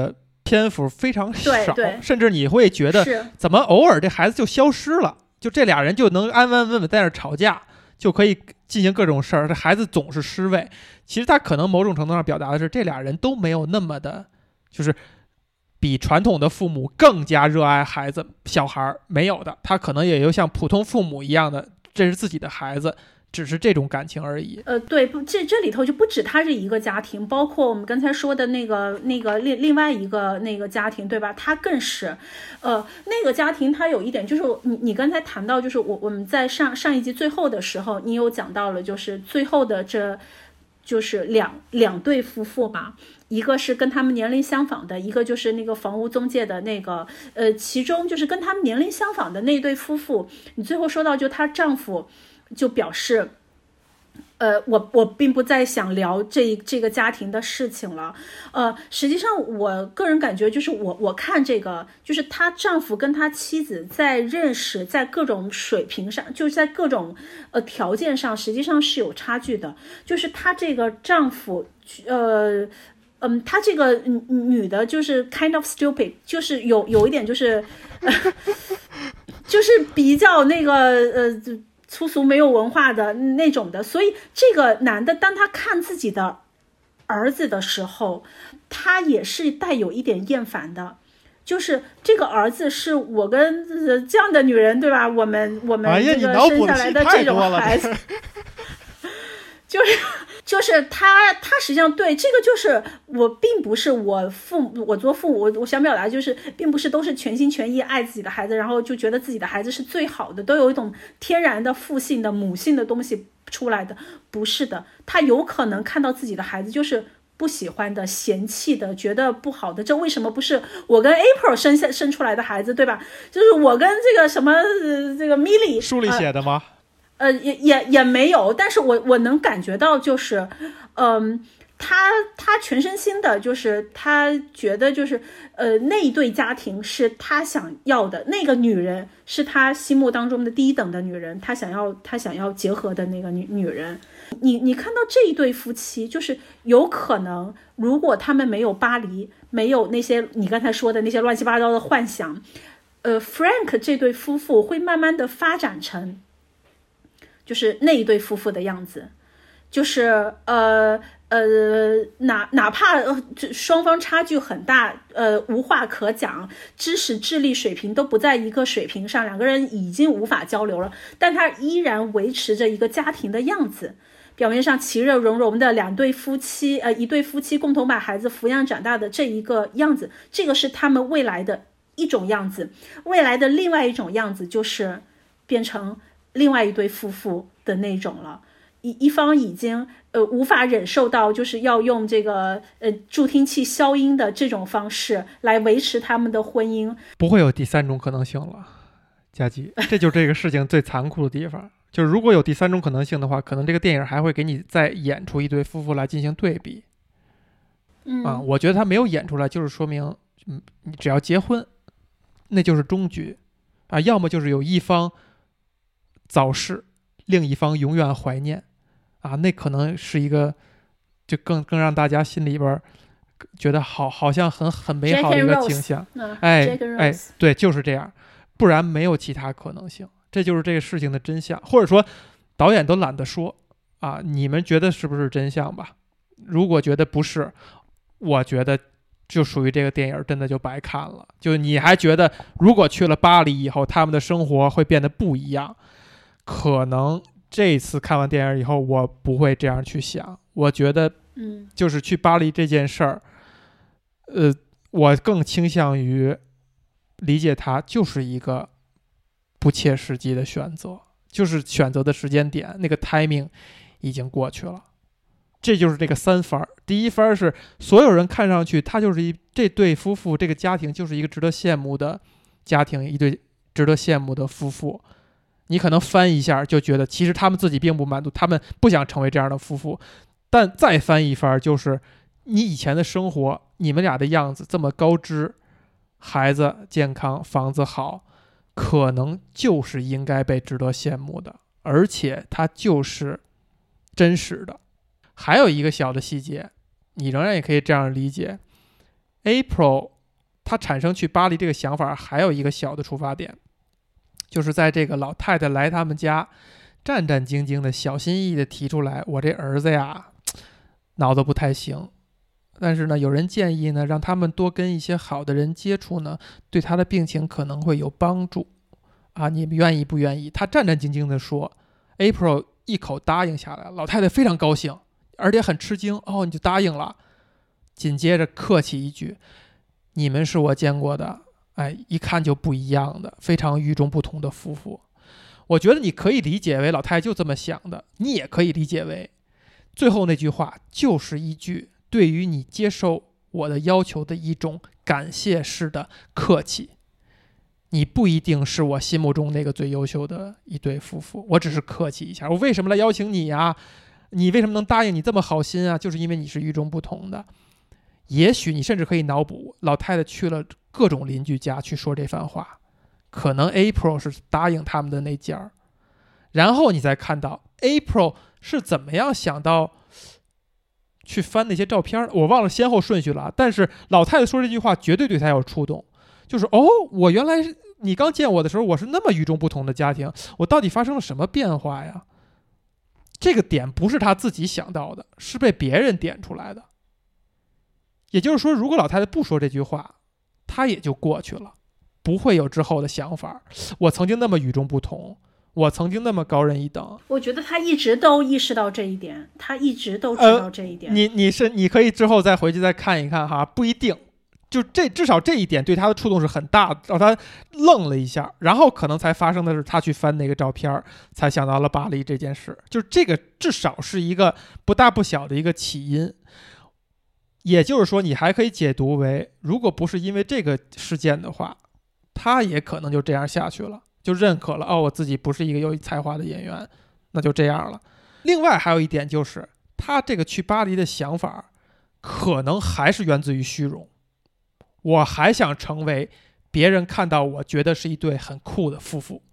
篇幅非常少， 对甚至你会觉得怎么偶尔这孩子就消失了，就这俩人就能安安稳稳在那吵架，就可以进行各种事儿，这孩子总是失位。其实他可能某种程度上表达的是，这俩人都没有那么的，就是比传统的父母更加热爱孩子小孩没有的，他可能也有像普通父母一样的，这是自己的孩子，只是这种感情而已。 对，这里头就不止他这一个家庭，包括我们刚才说的那个另外一个那个家庭，对吧？他更是，那个家庭他有一点就是你刚才谈到，就是我们在上一集最后的时候，你有讲到了，就是最后的这就是两对夫妇嘛。一个是跟他们年龄相仿的，一个就是那个房屋中介的那个，其中就是跟他们年龄相仿的那对夫妇，你最后说到就她丈夫就表示，我并不再想聊这个家庭的事情了。实际上我个人感觉就是我看这个，就是她丈夫跟她妻子在认识，在各种水平上，就是在各种条件上，实际上是有差距的。就是她这个丈夫，她这个女的就是 kind of stupid， 就是有一点就是就是比较那个粗俗没有文化的那种的。所以这个男的当他看自己的儿子的时候，他也是带有一点厌烦的。就是这个儿子是我跟这样的女人，对吧？我们这个生下来的这种孩子，就是他实际上对这个就是我并不是我做父母，我想表达就是并不是都是全心全意爱自己的孩子，然后就觉得自己的孩子是最好的，都有一种天然的父性的母性的东西出来的。不是的，他有可能看到自己的孩子就是不喜欢的、嫌弃的、觉得不好的。这为什么不是我跟 April 生出来的孩子，对吧？就是我跟这个什么这个 Millie 书里写的吗？ 也没有，但是我能感觉到，就是他全身心的，就是他觉得就是那一对家庭是他想要的，那个女人是他心目当中的第一等的女人，他想要结合的那个女人。你看到这一对夫妻，就是有可能如果他们没有巴黎，没有那些你刚才说的那些乱七八糟的幻想，Frank 这对夫妇会慢慢的发展成就是那一对夫妇的样子。就是哪怕双方差距很大，无话可讲，知识智力水平都不在一个水平上，两个人已经无法交流了，但他依然维持着一个家庭的样子，表面上其乐融融的两对夫妻，一对夫妻共同把孩子抚养长大的这一个样子，这个是他们未来的一种样子。未来的另外一种样子就是变成另外一对夫妇的那种了。一方已经无法忍受到就是要用这个助听器消音的这种方式来维持他们的婚姻， 不会有第三种可能性了，佳琪，这就是这个事情最残酷的地方。就是如果有第三种可能性的话，可能这个电影还会给你再演出一对夫妇来进行对比。我觉得他没有演出来，就是说明你只要结婚那就是终局啊，要么就是有一方早逝，另一方永远怀念啊，那可能是一个就更让大家心里边觉得好像很美好的一个景象。对，就是这样，不然没有其他可能性。这就是这个事情的真相，或者说导演都懒得说啊，你们觉得是不是真相吧？如果觉得不是，我觉得就属于这个电影真的就白看了。就你还觉得如果去了巴黎以后他们的生活会变得不一样，可能这一次看完电影以后我不会这样去想。我觉得就是去巴黎这件事儿我更倾向于理解它就是一个不切实际的选择，就是选择的时间点那个 timing 已经过去了。这就是这个三番。第一番是所有人看上去他就是这对夫妇，这个家庭就是一个值得羡慕的家庭，一对值得羡慕的夫妇。你可能翻一下就觉得其实他们自己并不满足，他们不想成为这样的夫妇。但再翻一番，就是你以前的生活，你们俩的样子这么高知，孩子健康，房子好，可能就是应该被值得羡慕的，而且它就是真实的。还有一个小的细节，你仍然也可以这样理解， April 他产生去巴黎这个想法还有一个小的出发点，就是在这个老太太来他们家，战战兢兢的小心翼翼的提出来，我这儿子呀脑子不太行，但是呢有人建议呢让他们多跟一些好的人接触呢，对他的病情可能会有帮助啊，你们愿意不愿意？他战战兢兢的说， April 一口答应下来，老太太非常高兴，而且很吃惊，哦，你就答应了。紧接着客气一句，你们是我见过的一看就不一样的非常与众不同的夫妇。我觉得你可以理解为老太太就这么想的，你也可以理解为最后那句话就是一句对于你接受我的要求的一种感谢式的客气。你不一定是我心目中那个最优秀的一对夫妇，我只是客气一下。我为什么来邀请你啊？你为什么能答应？你这么好心啊？就是因为你是与众不同的。也许你甚至可以脑补，老太太去了各种邻居家去说这番话，可能 April 是答应他们的那家，然后你再看到 April 是怎么样想到去翻那些照片，我忘了先后顺序了，但是老太太说这句话绝对对她有触动，就是我原来你刚见我的时候我是那么与众不同的家庭，我到底发生了什么变化呀？这个点不是她自己想到的，是被别人点出来的。也就是说，如果老太太不说这句话，她也就过去了，不会有之后的想法。我曾经那么与众不同，我曾经那么高人一等。 我觉得他一直都意识到这一点，他一直都知道这一点。 你可以之后再回去再看一看哈，不一定。就至少这一点对他的触动是很大的，让他愣了一下，然后可能才发生的是他去翻那个照片，才想到了巴黎这件事。就是这个至少是一个不大不小的一个起因。也就是说，你还可以解读为，如果不是因为这个事件的话，他也可能就这样下去了，就认可了我自己不是一个有才华的演员，那就这样了。另外还有一点就是，他这个去巴黎的想法可能还是源自于虚荣，我还想成为别人看到我觉得是一对很酷的夫妇。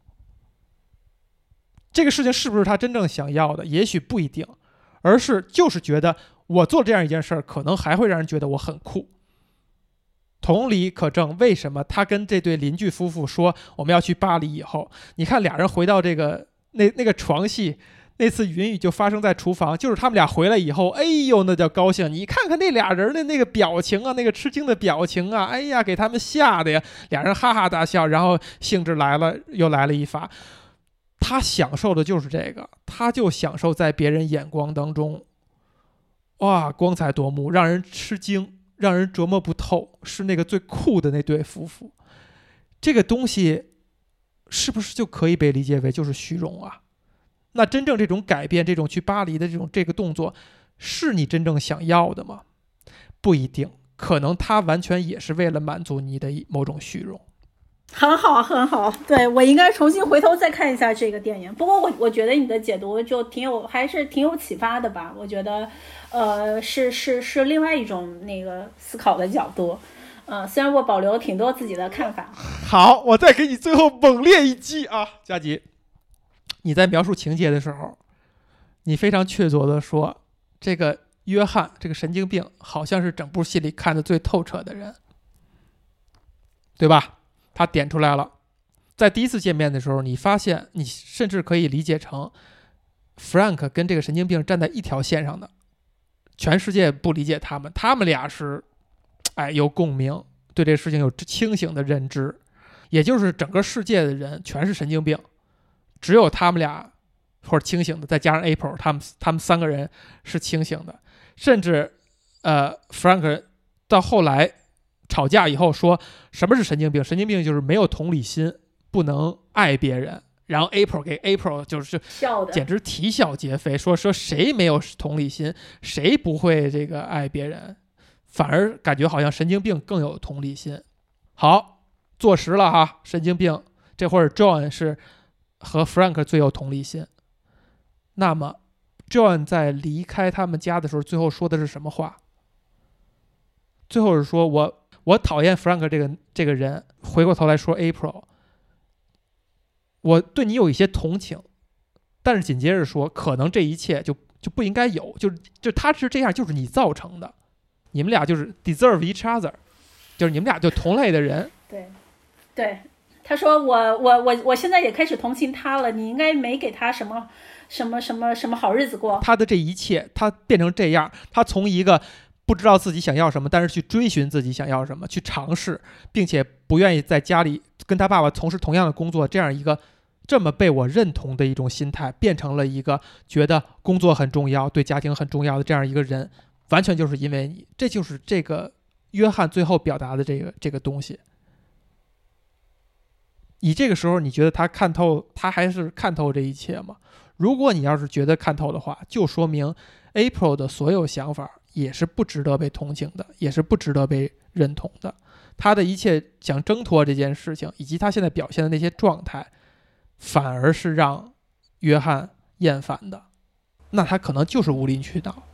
这个事情是不是他真正想要的？也许不一定，而是就是觉得我做这样一件事儿，可能还会让人觉得我很酷。同理可证，为什么他跟这对邻居夫妇说我们要去巴黎以后，你看俩人回到这个那个床戏，那次云雨就发生在厨房，就是他们俩回来以后，哎呦那叫高兴，你看看那俩人的那个表情啊，那个吃惊的表情啊，哎呀给他们吓得呀，俩人哈哈大笑，然后兴致来了又来了一发。他享受的就是这个，他就享受在别人眼光当中哇光彩夺目，让人吃惊，让人琢磨不透，是那个最酷的那对夫妇。这个东西是不是就可以被理解为就是虚荣啊？那真正这种改变，这种去巴黎的这个动作，是你真正想要的吗？不一定，可能他完全也是为了满足你的某种虚荣。 很好很好，对，我应该重新回头再看一下这个电影。不过我觉得你的解读就还是挺有启发的吧。我觉得是另外一种那个思考的角度。虽然我保留挺多自己的看法。 好，我再给你最后猛烈一击啊，佳吉，你在描述情节的时候，你非常确凿的说，这个约翰这个神经病好像是整部戏里看得最透彻的人，对吧？他点出来了，在第一次见面的时候，你发现你甚至可以理解成 Frank 跟这个神经病站在一条线上的，全世界不理解他们俩是有共鸣，对这个事情有清醒的认知，也就是整个世界的人全是神经病，只有他们俩或者清醒的，再加上 April， 他们三个人是清醒的。甚至Frank 到后来吵架以后说什么是神经病？神经病就是没有同理心，不能爱别人。然后 April 就是简直啼笑皆非，说谁没有同理心，谁不会这个爱别人，反而感觉好像神经病更有同理心。好，坐实了哈，神经病这会儿 John 是和 Frank 最有同理心。那么 John 在离开他们家的时候，最后说的是什么话？最后是说我讨厌 Frank 这个人，回过头来说 April， 我对你有一些同情，但是紧接着说，可能这一切就不应该有，就他是这样，就是你造成的，你们俩就是 deserve each other， 就是你们俩就同类的人。 对，对，他说我现在也开始同情他了，你应该没给他什么好日子过。 他的这一切，他变成这样，他从一个不知道自己想要什么，但是去追寻自己想要什么，去尝试，并且不愿意在家里跟他爸爸从事同样的工作，这样一个这么被我认同的一种心态，变成了一个觉得工作很重要，对家庭很重要的这样一个人，完全就是因为你。这就是这个约翰最后表达的这个东西。你这个时候你觉得他还是看透这一切吗？如果你要是觉得看透的话，就说明 April 的所有想法也是不值得被同情的，也是不值得被认同的。他的一切想挣脱这件事情，以及他现在表现的那些状态，反而是让约翰厌烦的。那他可能就是无理取闹。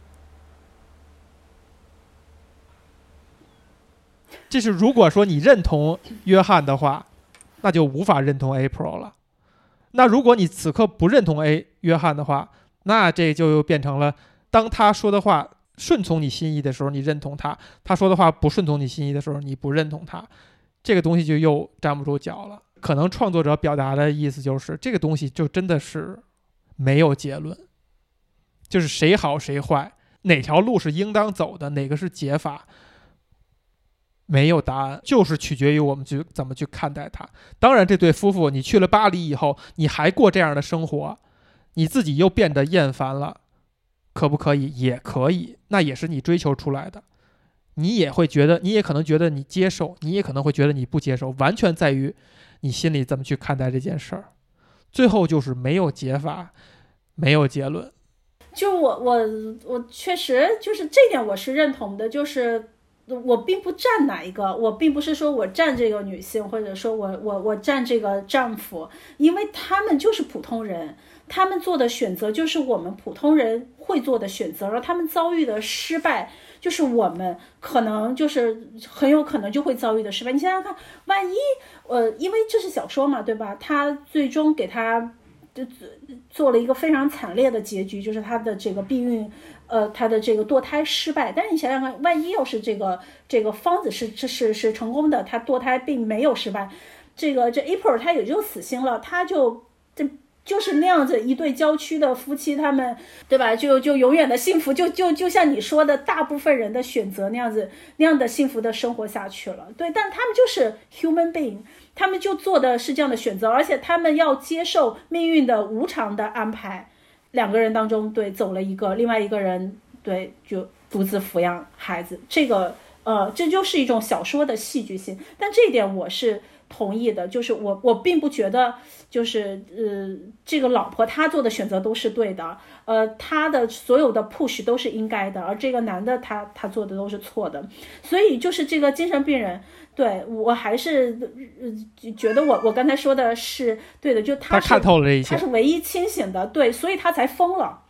这是如果说你认同约翰的话，那就无法认同 April 了。那如果你此刻不认同约翰的话，那这就又变成了，当他说的话顺从你心意的时候，你认同他；他说的话不顺从你心意的时候，你不认同他。这个东西就又站不住脚了。可能创作者表达的意思就是，这个东西就真的是没有结论，就是谁好谁坏，哪条路是应当走的，哪个是解法，没有答案，就是取决于我们怎么去看待它。当然这对夫妇，你去了巴黎以后，你还过这样的生活，你自己又变得厌烦了，可不可以？也可以，那也是你追求出来的。你也可能觉得你接受，你也可能会觉得你不接受，完全在于你心里怎么去看待这件事儿。最后就是没有解法，没有结论。 就我确实就是这点我是认同的，就是我并不站哪一个，我并不是说我站这个女性，或者说我站这个丈夫，因为他们就是普通人，他们做的选择就是我们普通人会做的选择，而他们遭遇的失败就是我们可能就是很有可能就会遭遇的失败。你想想看，万一因为这是小说嘛，对吧？他最终给他做了一个非常惨烈的结局，就是他的这个避孕他的这个堕胎失败。但是你想想看，万一要是这个方子是成功的，他堕胎并没有失败，这 April 他也就死心了，他就是那样子一对郊区的夫妻，他们对吧，就永远的幸福，就像你说的大部分人的选择那样的幸福的生活下去了。对，但他们就是 human being， 他们就做的是这样的选择，而且他们要接受命运的无常的安排。两个人当中，对，走了一个，另外一个人对就独自抚养孩子，这就是一种小说的戏剧性。但这一点我是同意的，就是我并不觉得就是这个老婆她做的选择都是对的，她的所有的 push 都是应该的，而这个男的他做的都是错的。所以就是这个精神病人，对，我还是觉得我刚才说的是对的，就他看透了这一切， 他是唯一清醒的，对，所以他才疯了。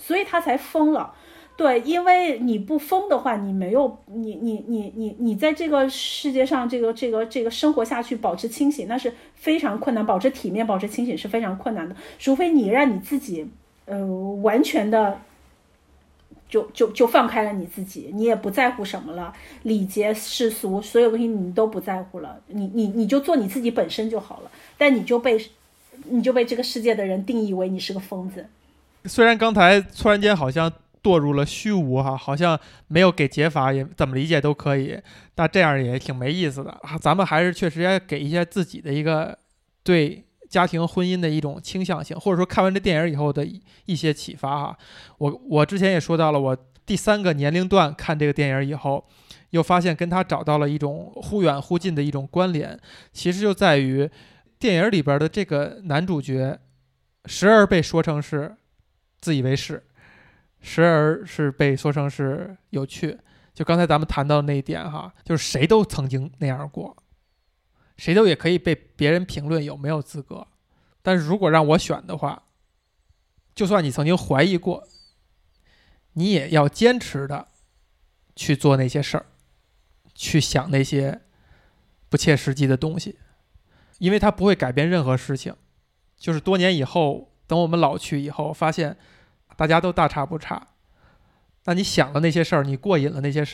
对，因为你不疯的话，你没有你在这个世界上这个生活下去，保持清醒那是非常困难，保持体面保持清醒是非常困难的，除非你让你自己完全的就放开了你自己，你也不在乎什么了，礼节世俗所有东西你都不在乎了，你就做你自己本身就好了，但你就被这个世界的人定义为你是个疯子。 虽然刚才突然间好像堕入了虚无哈，好像没有给解法，也怎么理解都可以，但这样也挺没意思的啊。咱们还是确实要给一些自己的一个对家庭婚姻的一种倾向性，或者说看完这电影以后的一些启发哈。我之前也说到了，我第3个年龄段看这个电影以后，又发现跟他找到了一种忽远忽近的一种关联，其实就在于电影里边的这个男主角时而被说成是自以为是，时而是被说成是有趣。就刚才咱们谈到的那一点哈，就是谁都曾经那样过，谁都也可以被别人评论有没有资格。但是如果让我选的话，就算你曾经怀疑过，你也要坚持的去做那些事儿，去想那些不切实际的东西，因为它不会改变任何事情。就是多年以后，等我们老去以后，发现大家都大差不差，那你想的那些事儿，你过瘾了那些事儿，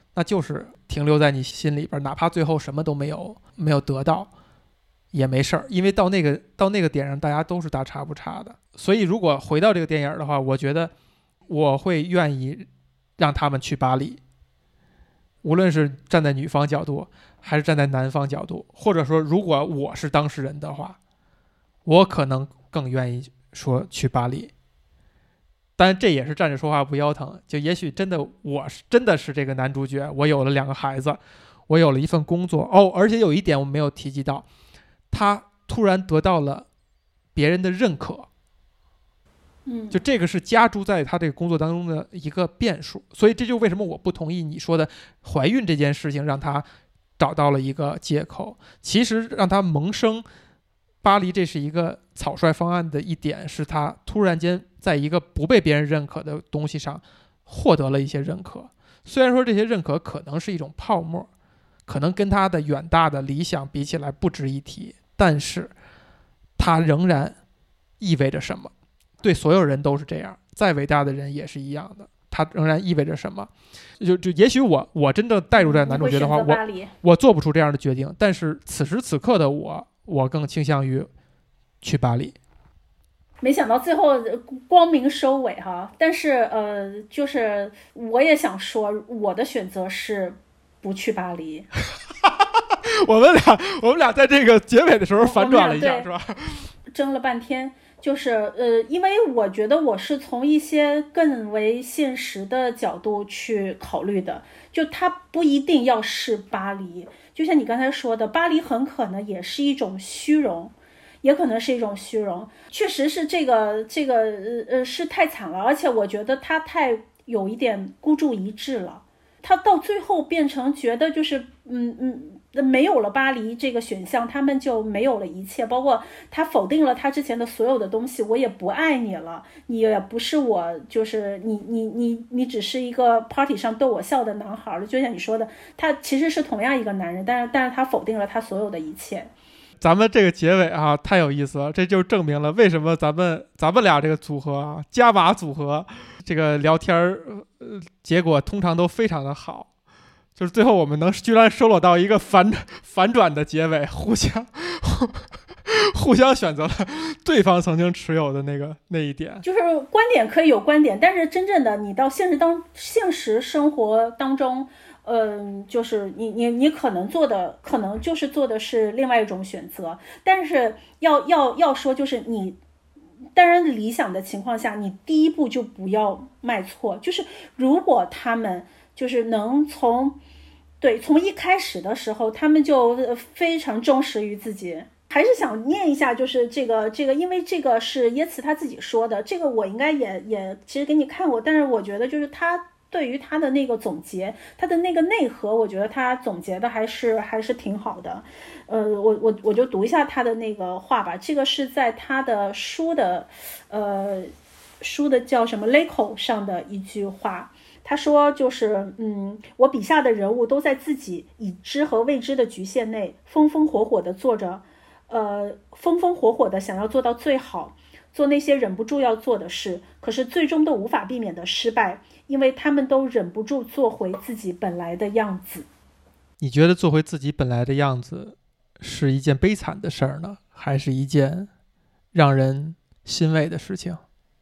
那就是停留在你心里边，哪怕最后什么都没有得到也没事儿，因为到那个点上大家都是大差不差的。所以如果回到这个电影的话，我觉得我会愿意让他们去巴黎，无论是站在女方角度还是站在男方角度，或者说如果我是当事人的话，我可能更愿意说去巴黎。但这也是站着说话不腰疼，就也许我真的是这个男主角，我有了2个孩子，我有了一份工作而且有一点我没有提及到，他突然得到了别人的认可，就这个是加诸在他这个工作当中的一个变数。所以这就为什么我不同意你说的怀孕这件事情让他找到了一个借口。其实让他萌生巴黎这是一个草率方案的一点，是他突然间在一个不被别人认可的东西上获得了一些认可。虽然说这些认可可能是一种泡沫，可能跟他的远大的理想比起来不值一提，但是它仍然意味着什么？对所有人都是这样，再伟大的人也是一样的。它仍然意味着什么？就也许我真的带入在男主角的话，我做不出这样的决定。但是此时此刻的我更倾向于去巴黎。 没想到最后光明收尾哈，但是就是我也想说，我的选择是不去巴黎。 我们俩在这个结尾的时候反转了一下，是吧？ 争了半天，就是因为我觉得我是从一些更为现实的角度去考虑的，就它不一定要是巴黎，就像你刚才说的，巴黎很可能也是一种虚荣。也可能是一种虚荣，确实是这个是太惨了，而且我觉得他太有一点孤注一掷了，他到最后变成觉得就是没有了巴黎这个选项，他们就没有了一切，包括他否定了他之前的所有的东西，我也不爱你了，你也不是我，就是你只是一个 party 上逗我笑的男孩了，就像你说的，他其实是同样一个男人，但是他否定了他所有的一切。 咱们这个结尾啊，太有意思了，这就证明了为什么咱们俩这个组合啊，加码组合，这个聊天结果通常都非常的好，就是最后我们居然收拢到一个反转的结尾，互相选择了对方曾经持有的那一点。 就是观点可以有观点，但是真正的你到现实生活当中。就是你可能就是做的是另外一种选择，但是要说就是你当然理想的情况下，你第一步就不要迈错，就是如果他们就是能从一开始的时候，他们就非常忠实于自己。还是想念一下，就是这个，因为这个是耶茨他自己说的，这个我应该也其实给你看过，但是我觉得就是他。对于他的那个总结，他的那个内核，我觉得他总结的还是挺好的。我就读一下他的那个话吧。这个是在他的书的叫什么 Leco 上的一句话。他说就是我笔下的人物都在自己已知和未知的局限内，风风火火的做着，风风火火的想要做到最好。做那些忍不住要做的事，可是最终都无法避免的失败，因为他们都忍不住做回自己本来的样子。 你觉得做回自己本来的样子是一件悲惨的事儿呢，还是一件让人欣慰的事情？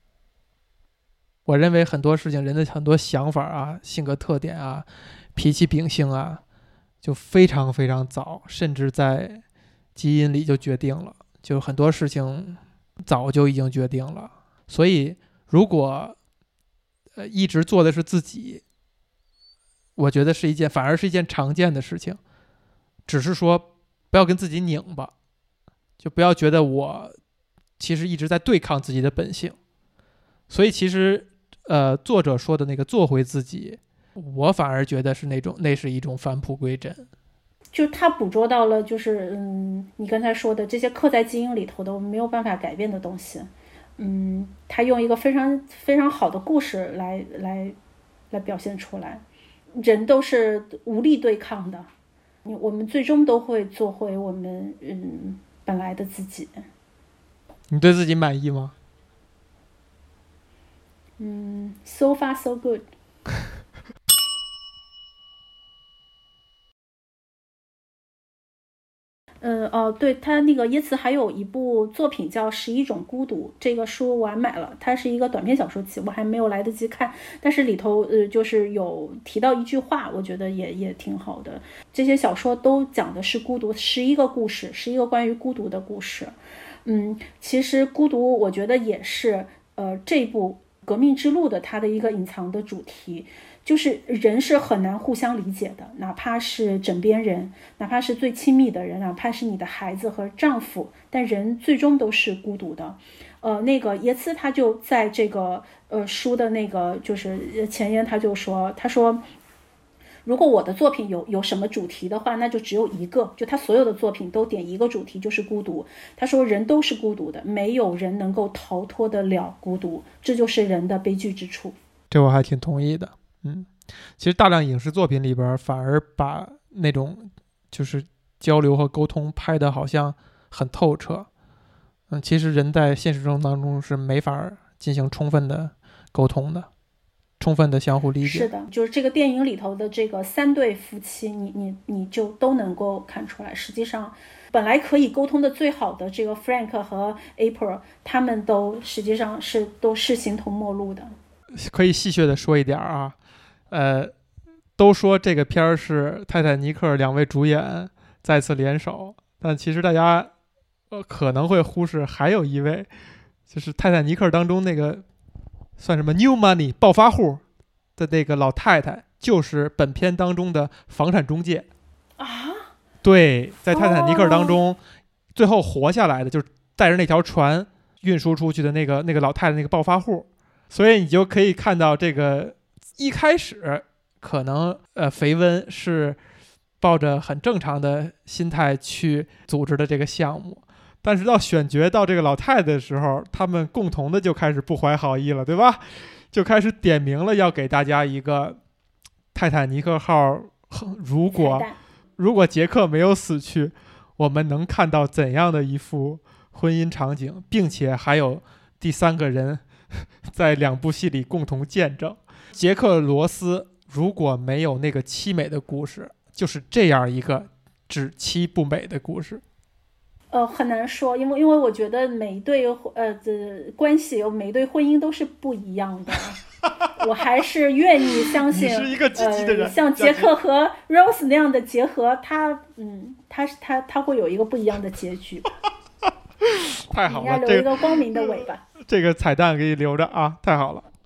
我认为很多事情，人的很多想法啊、性格特点啊、脾气秉性啊，就非常非常早，甚至在基因里就决定了，就很多事情早就已经决定了。所以如果一直做的是自己，我觉得反而是一件常见的事情。只是说不要跟自己拧巴，就不要觉得我其实一直在对抗自己的本性。所以其实作者说的那个做回自己，我反而觉得是那是一种返璞归真。 就他捕捉到了，就是你刚才说的这些刻在基因里头的我们没有办法改变的东西。他用一个非常非常好的故事来表现出来。人都是无力对抗的，我们最终都会做回我们本来的自己。 你对自己满意吗 ？So far so good 对，他那个耶茨还有一部作品叫《11种孤独》，这个书我还买了，它是一个短篇小说集，我还没有来得及看，但是里头就是有提到一句话，我觉得也挺好的。这些小说都讲的是孤独，11个故事，11个关于孤独的故事。其实孤独我觉得也是这部革命之路的它的一个隐藏的主题，就是人是很难互相理解的，哪怕是枕边人，哪怕是最亲密的人，哪怕是你的孩子和丈夫，但人最终都是孤独的。那个耶茨他就在这个书的那个就是前言，他说如果我的作品有什么主题的话，那就只有一个，就他所有的作品都点一个主题，就是孤独。他说人都是孤独的，没有人能够逃脱得了孤独，这就是人的悲剧之处。 这我还挺同意的。其实大量影视作品里边反而把那种就是交流和沟通拍得好像很透彻。其实人在现实中当中是没法进行充分的沟通的，充分的相互理解。 是的，就是这个电影里头的这个3对夫妻，你就都能够看出来，实际上本来可以沟通的最好的这个 Frank 和 April， 他们都实际上都是形同陌路的。 可以细谑的说一点啊，都说这个片儿是泰坦尼克2位主演再次联手，但其实大家可能会忽视还有一位，就是泰坦尼克当中那个算什么 New Money 暴发户的那个老太太，就是本片当中的房产中介啊。 对，在泰坦尼克当中，最后活下来的就是带着那条船运输出去的那个老太太，那个暴发户。所以你就可以看到，这个一开始可能肥温是抱着很正常的心态去组织的这个项目，但是到选角到这个老太太的时候，他们共同的就开始不怀好意了，对吧？就开始点明了要给大家一个泰坦尼克号，如果杰克没有死去，我们能看到怎样的一幅婚姻场景，并且还有第3个人在2部戏里共同见证。杰克罗斯如果没有那个凄美的故事，就是这样一个只凄不美的故事。 很难说，因为我觉得每一对的关系，每一对婚姻都是不一样的。我还是愿意相信， 你是一个积极的人， 像杰克和 Rose 那样的结合，他会有一个不一样的结局。 太好了， 应该留一个光明的尾巴。 这个彩蛋给你留着啊，太好了。